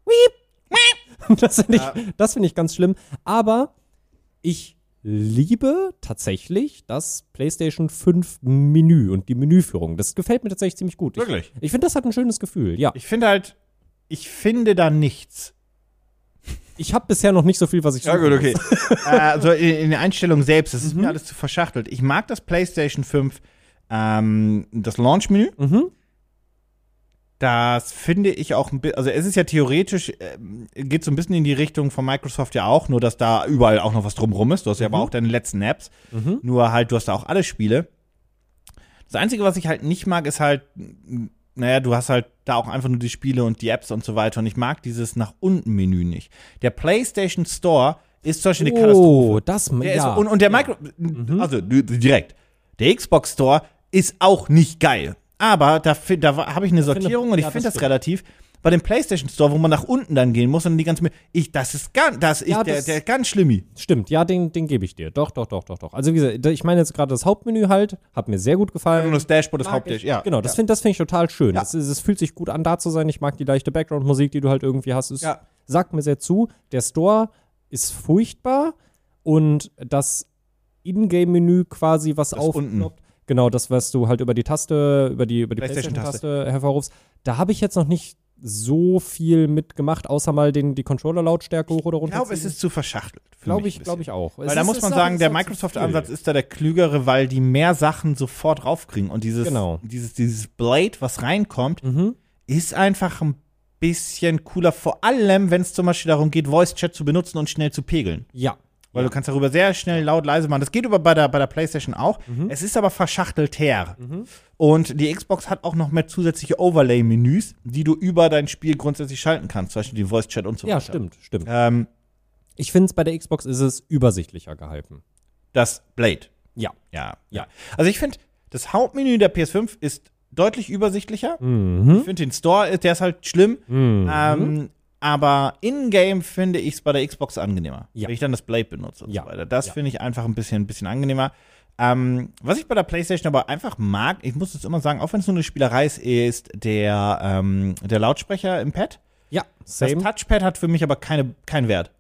Wiep. Das finde ich, Ja. das finde ich ganz schlimm. Aber ich liebe tatsächlich das PlayStation fünf Menü und die Menüführung. Das gefällt mir tatsächlich ziemlich gut. Wirklich? Ich, ich finde, das hat ein schönes Gefühl, ja. Ich finde halt, ich finde da nichts. Ich habe bisher noch nicht so viel, was ich suchen muss. äh, also in, in der Einstellung selbst, das ist Mhm. mir alles zu verschachtelt. Ich mag das PlayStation fünf, ähm, das Launch-Menü. Mhm. Das finde ich auch ein bisschen, also es ist ja theoretisch, ähm, geht so ein bisschen in die Richtung von Microsoft ja auch, nur dass da überall auch noch was drumrum ist. Du hast ja aber auch deine letzten Apps, Mhm. nur halt, du hast da auch alle Spiele. Das Einzige, was ich halt nicht mag, ist halt, m, naja, du hast halt da auch einfach nur die Spiele und die Apps und so weiter und ich mag dieses nach unten Menü nicht. Der PlayStation Store ist zum Beispiel eine Katastrophe. Oh, das, Der ja. ist, und, und der Micro, also d- direkt, der Xbox Store ist auch nicht geil. Aber da, fi- da habe ich eine finde- Sortierung und ich ja, finde das das stimmt. relativ. Bei dem PlayStation Store, wo man nach unten dann gehen muss und die ganze, ich, das ist ganz, das ist Ja, der, das- der ganz schlimmi. Stimmt, ja, den, den gebe ich dir. Doch, doch, doch, doch, doch. Also wie gesagt, ich meine jetzt gerade das Hauptmenü halt, hat mir sehr gut gefallen. Und das Dashboard, das Mag Hauptdash, ich. ja. Genau, das ja. finde das find ich total schön. Ja. Es, ist- es fühlt sich gut an, da zu sein. Ich mag die leichte Background-Musik, die du halt irgendwie hast. Es Ja. sagt mir sehr zu. Der Store ist furchtbar und das Ingame-Menü quasi, was Das aufploppt. Genau, das, was du halt über die Taste, über die, über die PlayStation-Taste. PlayStation-Taste hervorrufst. Da habe ich jetzt noch nicht so viel mitgemacht, außer mal den, die Controller-Lautstärke hoch oder Ich runter. glaube, es ist zu verschachtelt. für Glaube mich ich, ein glaube bisschen. ich auch. Weil da muss man sagen, der Microsoft-Ansatz ist da der klügere, weil die mehr Sachen sofort draufkriegen. Und dieses, Genau. dieses, dieses Blade, was reinkommt, Mhm. ist einfach ein bisschen cooler. Vor allem, wenn es zum Beispiel darum geht, Voice-Chat zu benutzen und schnell zu pegeln. Ja. Weil du kannst darüber sehr schnell laut, leise machen. Das geht über bei der, bei der PlayStation auch. Mhm. Es ist aber verschachtelter. Und die Xbox hat auch noch mehr zusätzliche Overlay-Menüs, die du über dein Spiel grundsätzlich schalten kannst. Zum Beispiel den Voice-Chat und so Ja, weiter. stimmt, stimmt. Ähm, Ich finde es bei der Xbox ist es übersichtlicher gehalten. das Blade. Ja. Ja. Ja. Also ich finde, das Hauptmenü der P S fünf ist deutlich übersichtlicher. Mhm. Ich finde den Store, der ist halt schlimm. Mhm. Ähm, aber in-game finde ich es bei der Xbox angenehmer. Ja. Wenn ich dann das Blade benutze und Ja. so weiter. Das Ja. finde ich einfach ein bisschen, ein bisschen angenehmer. Ähm, was ich bei der PlayStation aber einfach mag, ich muss es immer sagen, auch wenn es nur eine Spielerei ist, ist der, ähm, der Lautsprecher im Pad. Ja, Das same. Touchpad hat für mich aber keine, keinen Wert.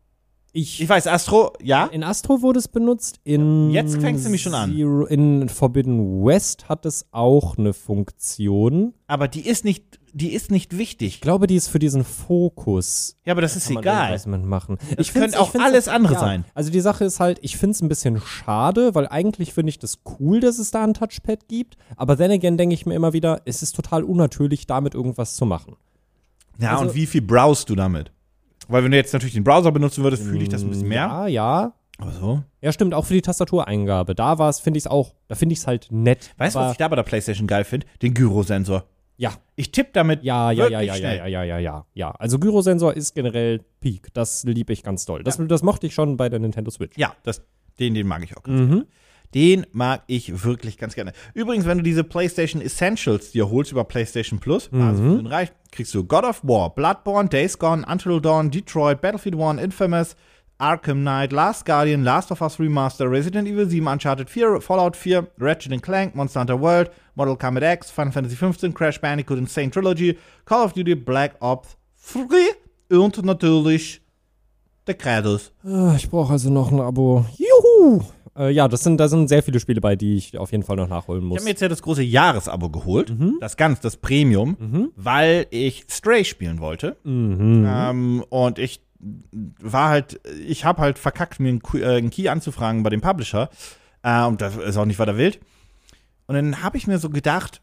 Ich, Ich weiß, Astro, ja. in Astro wurde es benutzt. In Jetzt fängt's nämlich schon an. Zero, in Forbidden West hat es auch eine Funktion. Aber die ist nicht, die ist nicht wichtig. Ich glaube, die ist für diesen Fokus. Ja, aber das ist Kann man egal. irgendwas mitmachen. Das Ich find's- könnte auch ich find's alles andere ja. sein. Also die Sache ist halt, ich finde es ein bisschen schade, weil eigentlich finde ich das cool, dass es da ein Touchpad gibt. Aber then again denke ich mir immer wieder, es ist total unnatürlich, damit irgendwas zu machen. Ja, Also- und wie viel browst du damit? Weil wenn du jetzt natürlich den Browser benutzen würdest, fühle ich das ein bisschen mehr. Ja, ja. Aber so. Ja, stimmt, auch für die Tastatureingabe. Da war es, finde ich es auch, da finde ich es halt nett. Weißt du, aber, was ich da bei der PlayStation geil finde? Den Gyrosensor. Ja. Ich tippe damit Ja, ja, ja, wirklich ja, schnell. ja, ja, ja, ja, ja. Also Gyrosensor ist generell Peak. Das liebe ich ganz doll. Das, das mochte ich schon bei der Nintendo Switch. Ja, das, den, den mag ich auch ganz Mhm. gerne. Den mag ich wirklich ganz gerne. Übrigens, wenn du diese PlayStation Essentials dir holst über PlayStation Plus, also für den Reich, kriegst du God of War, Bloodborne, Days Gone, Until Dawn, Detroit, Battlefield one, Infamous, Arkham Knight, Last Guardian, Last of Us Remaster, Resident Evil seven, Uncharted four, Fallout four, Ratchet and Clank, Monster Hunter World, Mortal Kombat X, Final Fantasy fifteen, Crash Bandicoot Insane Trilogy, Call of Duty Black Ops drei und natürlich der Kratos. Ah, Ich brauche also noch ein Abo. Juhu! Äh, ja, das sind, da sind sehr viele Spiele bei, die ich auf jeden Fall noch nachholen Ich muss. habe mir jetzt ja das große Jahresabo geholt, das ganz, das Premium, weil ich Stray spielen wollte. Mhm. Ähm, und ich war halt, ich habe halt verkackt, mir einen, Ku- äh, einen Key anzufragen bei dem Publisher. Äh, und das ist auch nicht weiter wild. Und dann habe ich mir so gedacht,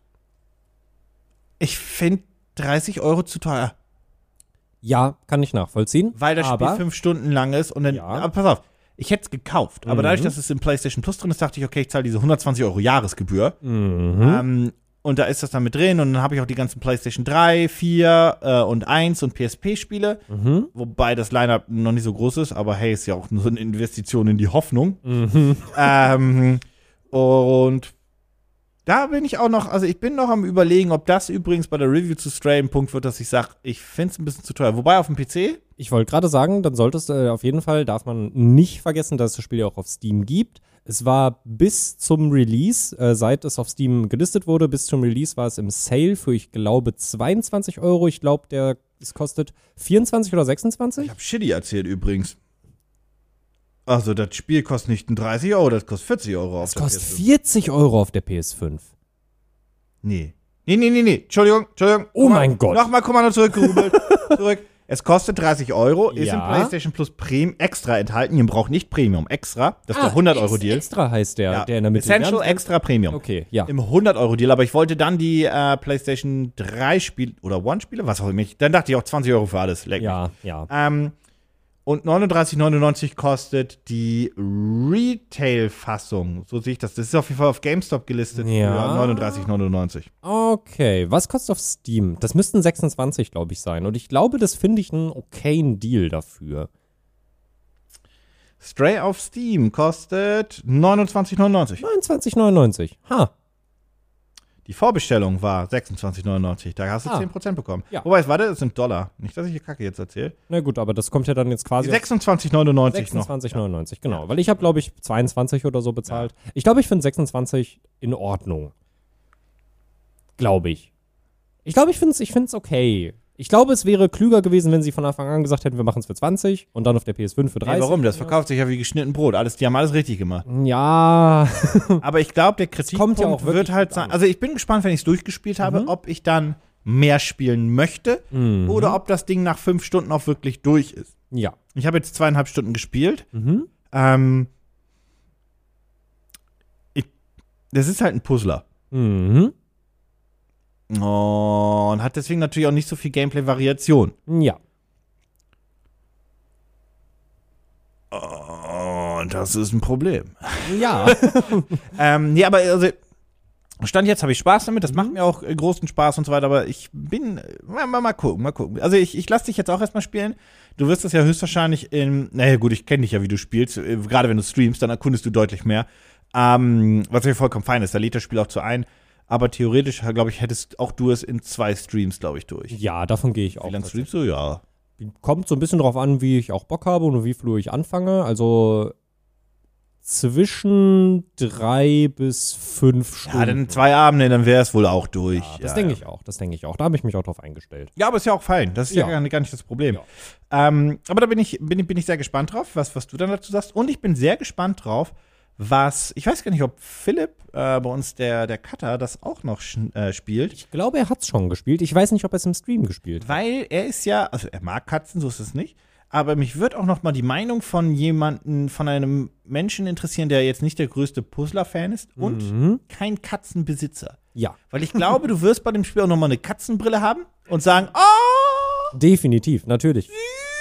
ich finde dreißig Euro zu teuer, Ja, kann ich nachvollziehen. weil das aber Spiel fünf Stunden lang ist. Und dann, Ja. aber pass auf, ich hätte es gekauft. Aber Mhm. dadurch, dass es im PlayStation Plus drin ist, dachte ich, okay, ich zahle diese hundertzwanzig Euro Jahresgebühr. Mhm. Ähm, und da ist das dann mit drin und dann habe ich auch die ganzen PlayStation drei, vier äh, und eins und P S P-Spiele, Mhm. wobei das Line-Up noch nicht so groß ist, aber hey, ist ja auch nur eine Investition in die Hoffnung. Mhm. Ähm, und da bin ich auch noch, also ich bin noch am Überlegen, ob das übrigens bei der Review zu Stray ein Punkt wird, dass ich sage, ich finde es ein bisschen zu teuer. Wobei auf dem P C, Ich wollte gerade sagen, dann solltest du äh, auf jeden Fall, darf man nicht vergessen, dass es das Spiel ja auch auf Steam gibt. Es war bis zum Release, äh, seit es auf Steam gelistet wurde, bis zum Release war es im Sale für, ich glaube, zweiundzwanzig Euro. Ich glaube, der es kostet vierundzwanzig oder sechsundzwanzig. ich habe Shitty erzählt übrigens. Also das Spiel kostet nicht dreißig Euro, das kostet vierzig Euro auf Es der kostet P S fünf. vierzig Euro auf der P S fünf. Nee. Nee, nee, nee, nee. Entschuldigung, Entschuldigung. Oh mein Gott. Nochmal Kommando zurückgerubelt. Zurück. Es kostet dreißig Euro, ist Ja. im PlayStation Plus Premium extra enthalten. Ihr braucht nicht Premium, extra. Das ist der hundert Euro Deal. Extra heißt der, Ja. der in der Mitte. Essential Ja, Extra Premium. Okay, ja. Im hundert Euro Deal, aber ich wollte dann die äh, PlayStation drei Spiele oder One Spiele, was auch immer. Dann dachte ich auch zwanzig Euro für alles. Leck mich. Ja, ja. Ähm, und neununddreißig neunundneunzig kostet die Retail-Fassung. So sehe ich das. Das ist auf jeden Fall auf GameStop gelistet Ja. für neununddreißig neunundneunzig. Okay, was kostet auf Steam? Das müssten sechsundzwanzig, glaube ich, sein. Und ich glaube, das finde ich einen okayen Deal dafür. Stray auf Steam kostet neunundzwanzig neunundneunzig. neunundzwanzig neunundneunzig. Ha. Die Vorbestellung war sechsundzwanzig neunundneunzig. Da hast du Ah. zehn Prozent bekommen. Ja. Wobei, warte, das sind Dollar. Nicht, dass ich hier Kacke jetzt erzähle. Na gut, aber das kommt ja dann jetzt quasi auf sechsundzwanzig neunundneunzig noch. sechsundzwanzig neunundneunzig, genau. Weil ich habe, glaube ich, zweiundzwanzig oder so bezahlt. Ich glaube, ich finde sechsundzwanzig in Ordnung. Glaube ich. Ich glaube, ich finde es ich find's okay. Ich glaube, es wäre klüger gewesen, wenn sie von Anfang an gesagt hätten, wir machen es für zwanzig und dann auf der P S fünf für Ja, dreißig. warum? Das verkauft sich ja wie geschnitten Brot. Alles, die haben alles richtig gemacht. Ja. Aber ich glaube, der Kritikpunkt kommt ja auch wirklich wird halt gut sein. an. Also ich bin gespannt, wenn ich es durchgespielt habe, Mhm. ob ich dann mehr spielen möchte Mhm. oder ob das Ding nach fünf Stunden auch wirklich durch ist. Ja. Ich habe jetzt zweieinhalb Stunden gespielt. Mhm. Ähm, ich, das ist halt ein Puzzler. Mhm. Und hat deswegen natürlich auch nicht so viel Gameplay-Variation. Ja. Und das ist ein Problem. Ja. ähm, nee, aber also, Stand jetzt habe ich Spaß damit, das macht mir auch äh, großen Spaß und so weiter, aber ich bin, äh, mal, mal, mal gucken, mal gucken. Also ich, ich lasse dich jetzt auch erstmal spielen. Du wirst das ja höchstwahrscheinlich in, naja gut, ich kenne dich ja, wie du spielst, äh, gerade wenn du streamst, dann erkundest du deutlich mehr. Ähm, was ja vollkommen fein ist, da lädt das Spiel auch zu ein. Aber theoretisch, glaube ich, hättest auch du es in zwei Streams, glaube ich, durch. Ja, davon gehe ich auch. Wie lange streamst du? Ja. Kommt so ein bisschen drauf an, wie ich auch Bock habe und wie früh ich anfange. Also zwischen drei bis fünf Stunden. Ja, dann zwei Abende, dann wäre es wohl auch durch. Ja, das Ja, denke ja. ich auch, das denke ich auch. Da habe ich mich auch drauf eingestellt. Ja, aber ist ja auch fein. Das ist ja, Ja. gar, nicht, gar nicht das Problem. Ja. Ähm, aber da bin ich, bin, ich- bin ich sehr gespannt drauf, was, was du dann dazu sagst. Und ich bin sehr gespannt drauf, was, ich weiß gar nicht, ob Philipp, äh, bei uns der, der Cutter, das auch noch sch- äh, spielt. Ich glaube, er hat es schon gespielt. Ich weiß nicht, ob er es im Stream gespielt hat. Weil er ist ja, also er mag Katzen, so ist es nicht. Aber mich wird auch noch mal die Meinung von jemandem, von einem Menschen interessieren, der jetzt nicht der größte Puzzler-Fan ist und Mhm. kein Katzenbesitzer. Ja, Weil ich glaube, du wirst bei dem Spiel auch noch mal eine Katzenbrille haben und sagen, oh, definitiv, natürlich.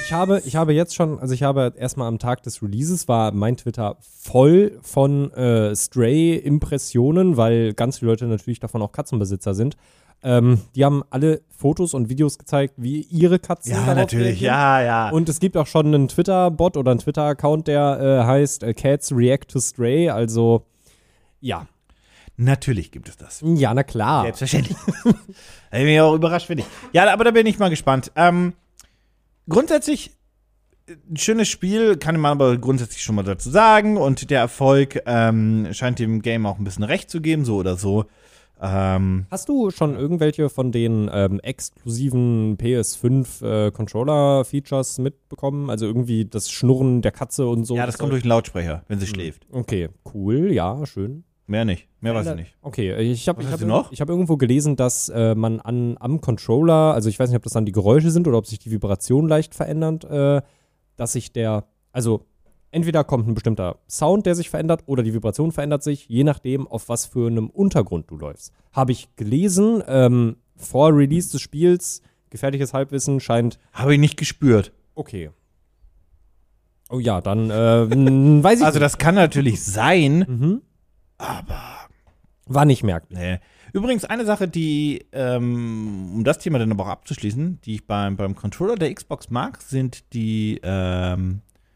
Ich habe, ich habe jetzt schon, also ich habe erstmal am Tag des Releases war mein Twitter voll von äh, Stray-Impressionen, weil ganz viele Leute natürlich davon auch Katzenbesitzer sind. Ähm, die haben alle Fotos und Videos gezeigt, wie ihre Katzen Ja, darauf natürlich, reagieren. ja, ja. Und es gibt auch schon einen Twitter-Bot oder einen Twitter-Account, der äh, heißt äh, Cats React to Stray, also ja. Natürlich gibt es das. Ja, na klar. Selbstverständlich. Da bin ich auch überrascht, finde ich. Ja, aber da bin ich mal gespannt. Ähm, grundsätzlich ein schönes Spiel, kann man aber grundsätzlich schon mal dazu sagen. Und der Erfolg ähm, scheint dem Game auch ein bisschen recht zu geben, so oder so. Ähm, Hast du schon irgendwelche von den ähm, exklusiven P S fünf äh, Controller-Features mitbekommen? Also irgendwie das Schnurren der Katze und so? ja, das kommt durch den Lautsprecher, wenn sie schläft. Okay, cool, ja, schön. Mehr nicht. Mehr weiß ich nicht. Okay, ich habe Was ich hast hab, du noch? ich hab irgendwo gelesen, dass äh, man an, am Controller, also ich weiß nicht, ob das dann die Geräusche sind oder ob sich die Vibration leicht verändert, äh, dass sich der, also entweder kommt ein bestimmter Sound, der sich verändert, oder die Vibration verändert sich, je nachdem, auf was für einem Untergrund du läufst. Habe ich gelesen, ähm, vor Release des Spiels, gefährliches Halbwissen scheint, Habe ich nicht gespürt. okay. Oh ja, dann äh, weiß ich Also das kann natürlich sein, mhm. aber War nicht merklich. nee. Übrigens eine Sache, die, ähm, um das Thema dann aber auch abzuschließen, die ich beim, beim Controller der Xbox mag, sind die, ähm,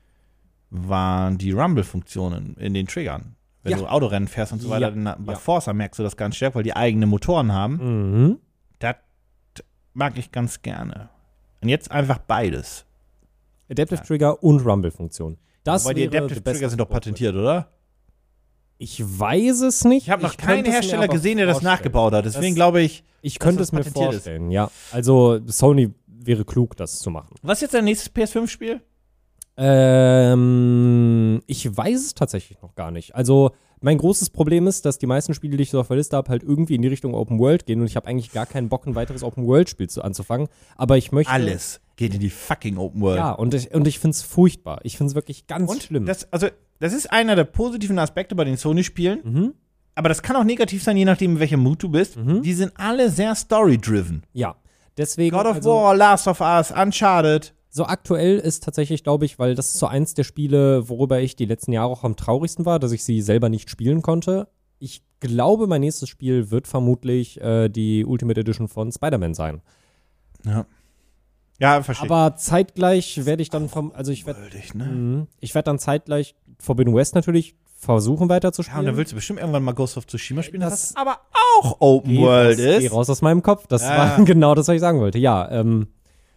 waren die Rumble-Funktionen in den Triggern. Wenn Ja. du Autorennen fährst und so weiter, Ja. dann bei Ja. Forza merkst du das ganz stark, weil die eigene Motoren haben. Mhm. Das mag ich ganz gerne. Und jetzt einfach beides. Adaptive Trigger und Rumble-Funktion. Das Weil die wäre Adaptive the best Trigger sind doch of both patentiert, oder? Ich weiß es nicht. Ich habe noch könnte keinen es mir Hersteller aber gesehen, der das vorstellen. nachgebaut hat. Deswegen Das- glaube ich, Ich dass könnte das es mir patentiert ist. vorstellen, ja. Also Sony wäre klug, das zu machen. was ist jetzt dein nächstes P S fünf Spiel? Ähm, ich weiß es tatsächlich noch gar nicht. Also mein großes Problem ist, dass die meisten Spiele, die ich so auf der Liste habe, halt irgendwie in die Richtung Open World gehen und ich habe eigentlich gar keinen Bock, ein weiteres Open World Spiel zu, anzufangen. Aber ich möchte Alles geht in die fucking Open World. Ja, und ich, und ich finde es furchtbar. Ich finde es wirklich ganz Und schlimm. Das, also, das ist einer der positiven Aspekte bei den Sony-Spielen. mhm. Aber das kann auch negativ sein, je nachdem, in welchem Mut du bist. Mhm. Die sind alle sehr story-driven. Ja, deswegen. God of also, War, Last of Us, Uncharted. So aktuell ist tatsächlich, glaube ich, weil das ist so eins der Spiele, worüber ich die letzten Jahre auch am traurigsten war, dass ich sie selber nicht spielen konnte. Ich glaube, mein nächstes Spiel wird vermutlich äh, die Ultimate Edition von Spider-Man sein. Ja. Ja, verstehe. Aber zeitgleich werde ich dann vom, also ich werde, Open-worldig, ne? mhm. ich werde dann zeitgleich Forbidden West natürlich versuchen Ja, weiterzuspielen. und dann willst du bestimmt irgendwann mal Ghost of Tsushima spielen, Das- das aber auch Open Geh World raus, Geh ist. raus aus meinem Kopf. Das Ja. war genau das, was ich sagen wollte. Ja, ähm,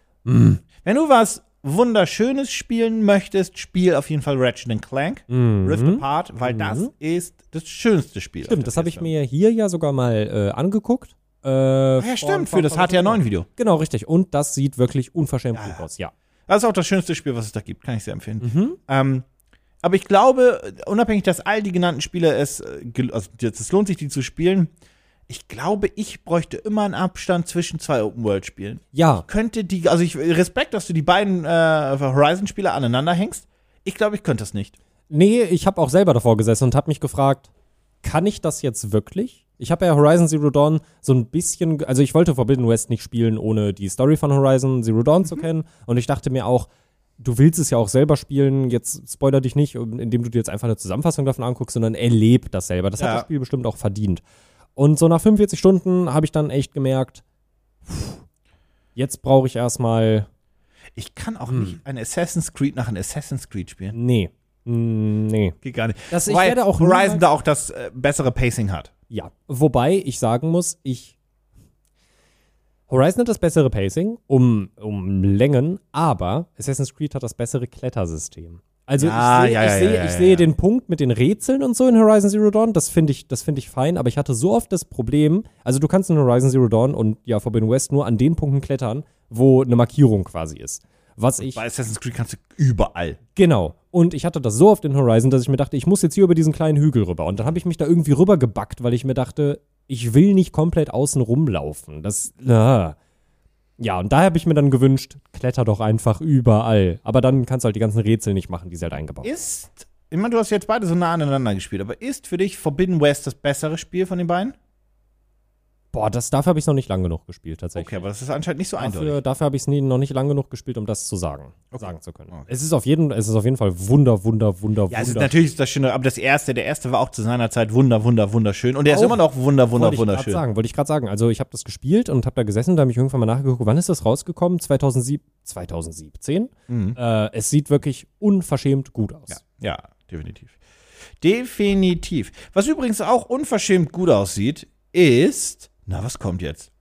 mh. Wenn du was Wunderschönes spielen möchtest, spiel auf jeden Fall Ratchet and Clank, Mhm. Rift Apart, weil Mhm. das ist das schönste Spiel. auf Stimmt, der das habe ich P S fünf. mir hier ja sogar mal äh, angeguckt. Äh, Ach ja, stimmt, für das H T R neun Video. Genau, richtig. Und das sieht wirklich unverschämt Ja, gut ja. aus, ja. Das ist auch das schönste Spiel, was es da gibt, kann ich sehr empfehlen. Mhm. Ähm, aber ich glaube, unabhängig, dass all die genannten Spiele es, äh, gel- also es lohnt sich, die zu spielen, ich glaube, ich bräuchte immer einen Abstand zwischen zwei Open-World-Spielen. Ja, Könnte die, also ich Respekt, dass du die beiden äh, Horizon-Spiele aneinander hängst. Ich glaube, ich könnte das nicht. nee, ich habe auch selber davor gesessen und habe mich gefragt, kann ich das jetzt wirklich? Ich habe ja Horizon Zero Dawn so ein bisschen, also ich wollte Forbidden West nicht spielen, ohne die Story von Horizon Zero Dawn zu kennen. Und ich dachte mir auch, du willst es ja auch selber spielen, jetzt spoiler dich nicht, indem du dir jetzt einfach eine Zusammenfassung davon anguckst, sondern erleb das selber. Das Ja. hat das Spiel bestimmt auch verdient. Und so nach fünfundvierzig Stunden habe ich dann echt gemerkt, pff, jetzt brauche ich erstmal, Ich kann auch Hm. nicht ein Assassin's Creed nach einem Assassin's Creed spielen. nee, Mm, nee. Geht gar nicht. Das, ich Wobei werde auch Horizon niemals- da auch das äh, bessere Pacing hat. Ja, wobei ich sagen muss, ich Horizon hat das bessere Pacing um, um Längen, aber Assassin's Creed hat das bessere Klettersystem. Also Ja, ich sehe ja, ich ja, sehe ja, ich ja, sehe ja. den Punkt mit den Rätseln und so in Horizon Zero Dawn, das finde ich, das finde ich fein, aber ich hatte so oft das Problem, also du kannst in Horizon Zero Dawn und ja Forbidden West nur an den Punkten klettern, wo eine Markierung quasi ist. Was ich Bei Assassin's Creed kannst du überall. Genau. Und ich hatte das so oft in Horizon, dass ich mir dachte, ich muss jetzt hier über diesen kleinen Hügel rüber. Und dann habe ich mich da irgendwie rübergebackt, weil ich mir dachte, ich will nicht komplett außen rumlaufen. Das, ah. Ja, und daher habe ich mir dann gewünscht, kletter doch einfach überall. Aber dann kannst du halt die ganzen Rätsel nicht machen, die sie halt eingebaut haben. Ist, ich meine, du hast jetzt beide so nah aneinander gespielt, aber ist für dich Forbidden West das bessere Spiel von den beiden? Boah, das, dafür habe ich es noch nicht lang genug gespielt, tatsächlich. Okay, aber das ist anscheinend nicht so Dafür, eindeutig. dafür habe ich es noch nicht lang genug gespielt, um das zu sagen, Okay. sagen zu können. Okay. Es ist auf jeden, es ist auf jeden Fall wunder, wunder, wunder, Ja, es ist wunder. natürlich ist das Schöne, aber das erste, der erste war auch zu seiner Zeit wunder, wunder, wunderschön. Und der ist Auch. immer noch wunder, wunder, Wollte ich gerade wunderschön. sagen, wollte ich gerade sagen. Also ich habe das gespielt und habe da gesessen, da habe ich irgendwann mal nachgeguckt, wann ist das rausgekommen? zweitausendsieben, zweitausendsiebzehn. Mhm. Äh, es sieht wirklich unverschämt gut aus. Ja, ja, definitiv. Definitiv. Was übrigens auch unverschämt gut aussieht, ist, na, was kommt jetzt?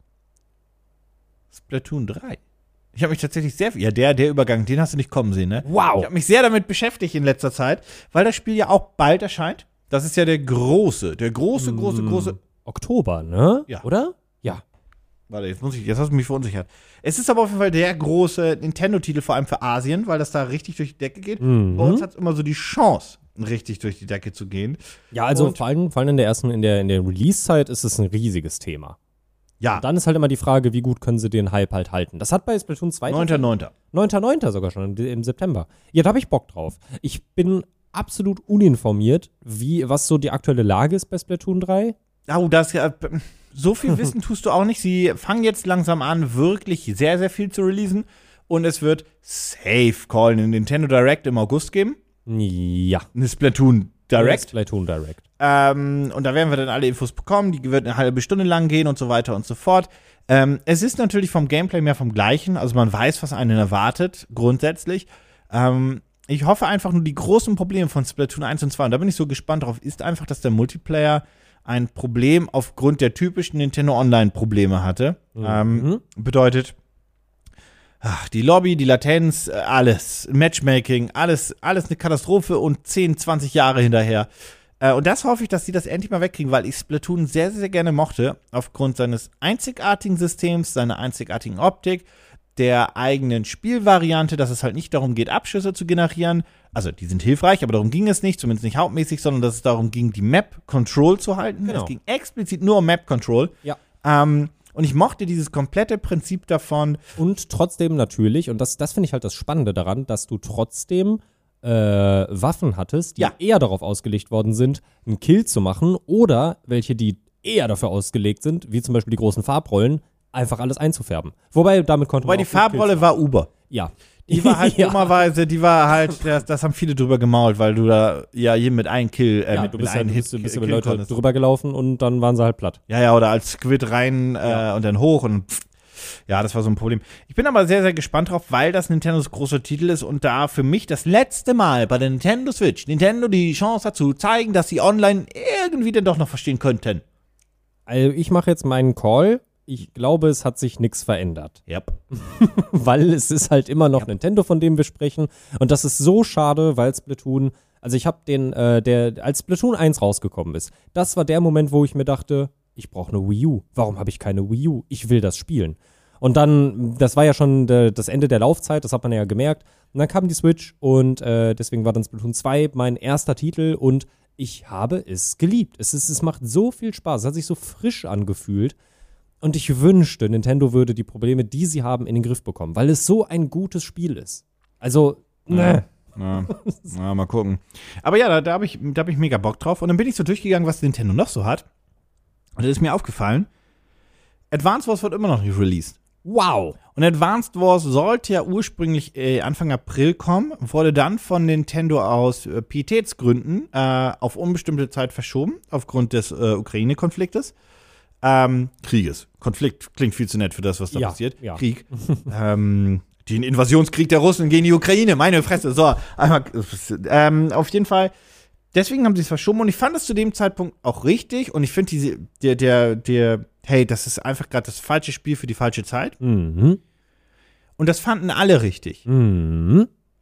Splatoon drei. Ich habe mich tatsächlich sehr, ja, der, der Übergang, den hast du nicht kommen sehen, ne? Wow. Ich habe mich sehr damit beschäftigt in letzter Zeit, weil das Spiel ja auch bald erscheint. Das ist ja der große, der große, große, große, Oktober, ne? Ja. Oder? Ja. warte, jetzt muss ich, jetzt hast du mich verunsichert. Es ist aber auf jeden Fall der große Nintendo-Titel, vor allem für Asien, weil das da richtig durch die Decke geht. Mhm. Bei uns hat es immer so die Chance, richtig durch die Decke zu gehen. Ja, also Und- vor allem, vor allem in der ersten, in der, in der Release-Zeit ist es ein riesiges Thema. Ja, Dann ist halt immer die Frage, wie gut können sie den Hype halt halten. Das hat bei Splatoon zwei neunter neunter neunter neunter sogar schon, im- im September. Ja, da habe ich Bock drauf. Ich bin absolut uninformiert, wie, was so die aktuelle Lage ist bei Splatoon drei. Oh, das, ja, so viel Wissen tust du auch nicht. Sie fangen jetzt langsam an, wirklich sehr, sehr viel zu releasen. Und es wird safe Call einen Nintendo Direct im August geben. Ja. Eine Splatoon Direct. Splatoon Direct. Ähm, und da werden wir dann alle Infos bekommen. Die wird eine halbe Stunde lang gehen und so weiter und so fort. Ähm, es ist natürlich vom Gameplay mehr vom Gleichen. Also man weiß, was einen erwartet, grundsätzlich. Ähm, ich hoffe einfach nur, die großen Probleme von Splatoon eins und zwei, und da bin ich so gespannt drauf, ist einfach, dass der Multiplayer ein Problem aufgrund der typischen Nintendo Online-Probleme hatte. Mhm. Ähm, bedeutet, ach, die Lobby, die Latenz, äh, alles, Matchmaking, alles, alles eine Katastrophe und zehn, zwanzig Jahre hinterher. Äh, und das hoffe ich, dass sie das endlich mal wegkriegen, weil ich Splatoon sehr, sehr gerne mochte, aufgrund seines einzigartigen Systems, seiner einzigartigen Optik, der eigenen Spielvariante, dass es halt nicht darum geht, Abschüsse zu generieren. Also, die sind hilfreich, aber darum ging es nicht, zumindest nicht hauptmäßig, sondern dass es darum ging, die Map-Control zu halten. Genau. Es ging explizit nur um Map-Control. Ja. Ähm, und ich mochte dieses komplette Prinzip davon. Und trotzdem natürlich, und das, das finde ich halt das Spannende daran, dass du trotzdem äh, Waffen hattest, die Ja. eher darauf ausgelegt worden sind, einen Kill zu machen, oder welche, die eher dafür ausgelegt sind, wie zum Beispiel die großen Farbrollen, einfach alles einzufärben. Wobei, damit konnte Wobei man die auch gut Farbrolle Kills war Uber. machen. Ja. Die war halt ja. dummerweise, die war halt, das, das haben viele drüber gemault, weil du da ja jeden mit einem Kill, äh, Ja, mit, du mit bist ja, einem du bist, Hit du bist über killen Leute konntest. drüber gelaufen und dann waren sie halt platt. Ja, ja, oder als Squid rein äh, Ja. und dann hoch und pff. Ja, das war so ein Problem. Ich bin aber sehr, sehr gespannt drauf, weil das Nintendos großer Titel ist und da für mich das letzte Mal bei der Nintendo Switch Nintendo die Chance hat zu zeigen, dass sie online irgendwie denn doch noch verstehen könnten. Also ich mache jetzt meinen Call. Ich glaube, es hat sich nichts verändert. Yep. Weil es ist halt immer noch Nintendo, von dem wir sprechen. Und das ist so schade, weil Splatoon, also ich habe den, äh, der, als Splatoon eins rausgekommen ist, das war der Moment, wo ich mir dachte, ich brauche eine Wii U. Warum habe ich keine Wii U? Ich will das spielen. Und dann, das war ja schon de, das Ende der Laufzeit, das hat man ja gemerkt. Und dann kam die Switch und äh, deswegen war dann Splatoon zwei mein erster Titel und ich habe es geliebt. Es, ist, es macht so viel Spaß, es hat sich so frisch angefühlt. Und ich wünschte, Nintendo würde die Probleme, die sie haben, in den Griff bekommen, weil es so ein gutes Spiel ist. Also, ne. Ja, ja, mal gucken. Aber ja, da, da habe ich, da hab ich mega Bock drauf. Und dann bin ich so durchgegangen, was Nintendo noch so hat. Und da ist mir aufgefallen, Advance Wars wird immer noch nicht released. Wow. Und Advanced Wars sollte ja ursprünglich äh, Anfang April kommen, wurde dann von Nintendo aus äh, Pietätsgründen äh, auf unbestimmte Zeit verschoben, aufgrund des äh, Ukraine-Konfliktes. Ähm, Krieges. Konflikt klingt viel zu nett für das, was da Ja, passiert. ja. Krieg. ähm, den Invasionskrieg der Russen gegen die Ukraine, meine Fresse. So, einmal, ähm, auf jeden Fall. Deswegen haben sie es verschoben und ich fand es zu dem Zeitpunkt auch richtig und ich finde diese, der, der, der, hey, das ist einfach gerade das falsche Spiel für die falsche Zeit. Mhm. Und das fanden alle richtig. Mhm.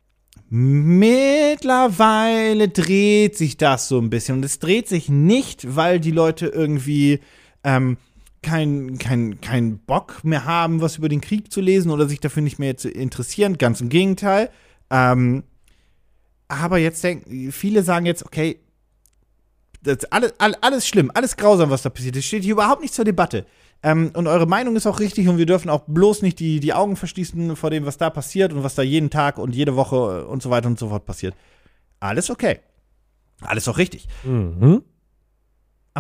Mittlerweile dreht sich das so ein bisschen. Und es dreht sich nicht, weil die Leute irgendwie ähm, kein, kein, kein Bock mehr haben, was über den Krieg zu lesen oder sich dafür nicht mehr zu interessieren. Ganz im Gegenteil. Ähm, aber jetzt denken, viele sagen jetzt, okay, das ist alles, alles, alles schlimm, alles grausam, was da passiert. Das steht hier überhaupt nicht zur Debatte. Ähm, und eure Meinung ist auch richtig und wir dürfen auch bloß nicht die, die Augen verschließen vor dem, was da passiert und was da jeden Tag und jede Woche und so weiter und so fort passiert. Alles okay. Alles auch richtig. Mhm. Aber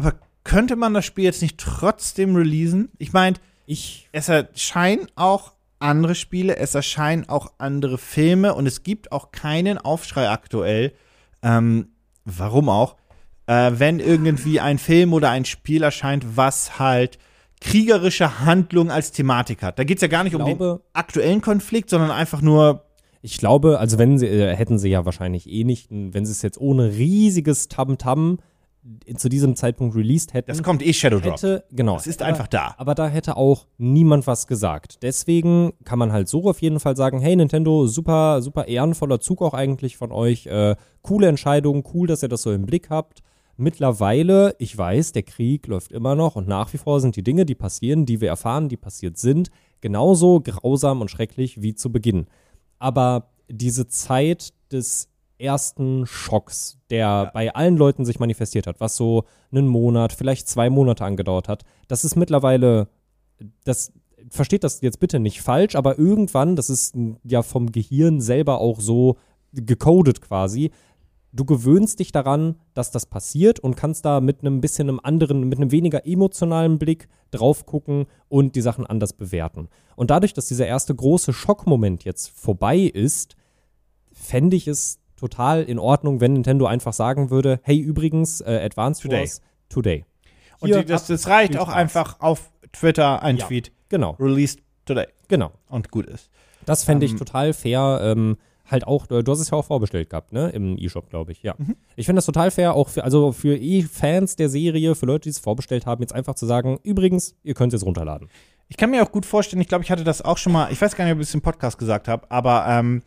könnte man das Spiel jetzt nicht trotzdem releasen? Ich meine, Ich, es erscheinen auch andere Spiele, es erscheinen auch andere Filme und es gibt auch keinen Aufschrei aktuell. Ähm, warum auch? Äh, wenn irgendwie ein Film oder ein Spiel erscheint, was halt kriegerische Handlung als Thematik hat. Da geht es ja gar nicht um den glaube, aktuellen Konflikt, sondern einfach nur ich glaube, also wenn sie, äh, hätten sie ja wahrscheinlich eh nicht, wenn sie es jetzt ohne riesiges Tamtam zu diesem Zeitpunkt released hätten. das kommt eh Shadow Drop. hätte, genau. Das ist aber, einfach da. Aber da hätte auch niemand was gesagt. Deswegen kann man halt so auf jeden Fall sagen, hey Nintendo, super, super ehrenvoller Zug auch eigentlich von euch. Äh, coole Entscheidung, cool, dass ihr das so im Blick habt. Mittlerweile, ich weiß, der Krieg läuft immer noch und nach wie vor sind die Dinge, die passieren, die wir erfahren, die passiert sind, genauso grausam und schrecklich wie zu Beginn. Aber diese Zeit des ersten Schocks, der ja. bei allen Leuten sich manifestiert hat, was so einen Monat, vielleicht zwei Monate angedauert hat, das ist mittlerweile, das versteht das jetzt bitte nicht falsch, aber irgendwann, das ist ja vom Gehirn selber auch so gecodet quasi, du gewöhnst dich daran, dass das passiert und kannst da mit einem bisschen einem anderen, mit einem weniger emotionalen Blick drauf gucken und die Sachen anders bewerten. Und dadurch, dass dieser erste große Schockmoment jetzt vorbei ist, fände ich es total in Ordnung, wenn Nintendo einfach sagen würde, hey, übrigens, äh, Advance Today. Wars, today. Und die, das, das reicht auch einfach auf Twitter ein ja, Tweet. Genau. Released today. Genau. Und gut ist. Das fände ich Ähm, total fair. Ähm, halt auch, du hast es ja auch vorbestellt gehabt, ne? Im E-Shop, glaube ich, ja. Mhm. Ich finde das total fair, auch für, also für E-Fans der Serie, für Leute, die es vorbestellt haben, jetzt einfach zu sagen, übrigens, ihr könnt es jetzt runterladen. Ich kann mir auch gut vorstellen, ich glaube, ich hatte das auch schon mal, ich weiß gar nicht, ob ich es im Podcast gesagt habe, aber ähm,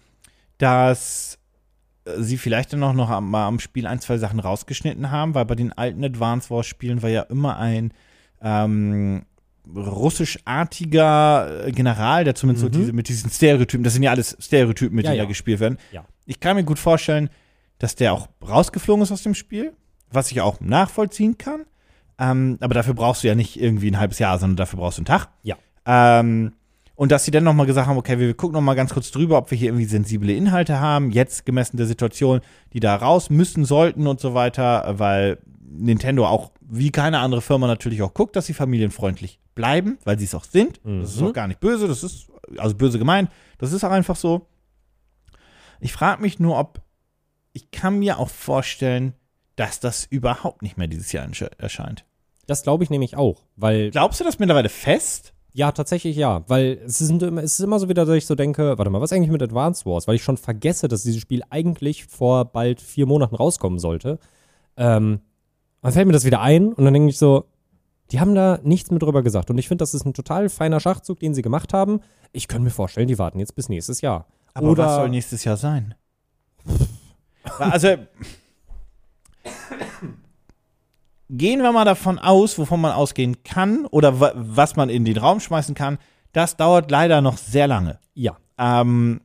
dass sie vielleicht dann auch noch am, mal am Spiel ein, zwei Sachen rausgeschnitten haben, weil bei den alten Advance Wars Spielen war ja immer ein ähm, russischartiger General, der zumindest Mhm. so diese, mit diesen Stereotypen, das sind ja alles Stereotypen, mit Ja, denen ja. da gespielt werden. Ja. Ich kann mir gut vorstellen, dass der auch rausgeflogen ist aus dem Spiel, was ich auch nachvollziehen kann. Ähm, aber dafür brauchst du ja nicht irgendwie ein halbes Jahr, sondern dafür brauchst du einen Tag. Ja. Ähm, und dass sie dann nochmal gesagt haben, okay, wir gucken nochmal ganz kurz drüber, ob wir hier irgendwie sensible Inhalte haben, jetzt gemessen der Situation, die da raus müssen, sollten und so weiter, weil Nintendo auch, wie keine andere Firma natürlich auch guckt, dass sie familienfreundlich bleiben, weil sie es auch sind. Mhm. Das ist auch gar nicht böse, das ist, also böse gemeint, das ist auch einfach so. Ich frage mich nur, ob, ich kann mir auch vorstellen, dass das überhaupt nicht mehr dieses Jahr erscheint. Das glaube ich nämlich auch, weil Glaubst du das mittlerweile fest? ja, tatsächlich ja, weil es ist, immer- es ist immer so wieder, dass ich so denke, warte mal, was ist eigentlich mit Advance Wars? Weil ich schon vergesse, dass dieses Spiel eigentlich vor bald vier Monaten rauskommen sollte. Ähm, dann fällt mir das wieder ein und dann denke ich so, die haben da nichts mehr drüber gesagt. Und ich finde, das ist ein total feiner Schachzug, den sie gemacht haben. Ich könnte mir vorstellen, die warten jetzt bis nächstes Jahr. Aber Oder was soll nächstes Jahr sein? Also, gehen wir mal davon aus, wovon man ausgehen kann oder wa- was man in den Raum schmeißen kann, das dauert leider noch sehr lange. ja, Ähm,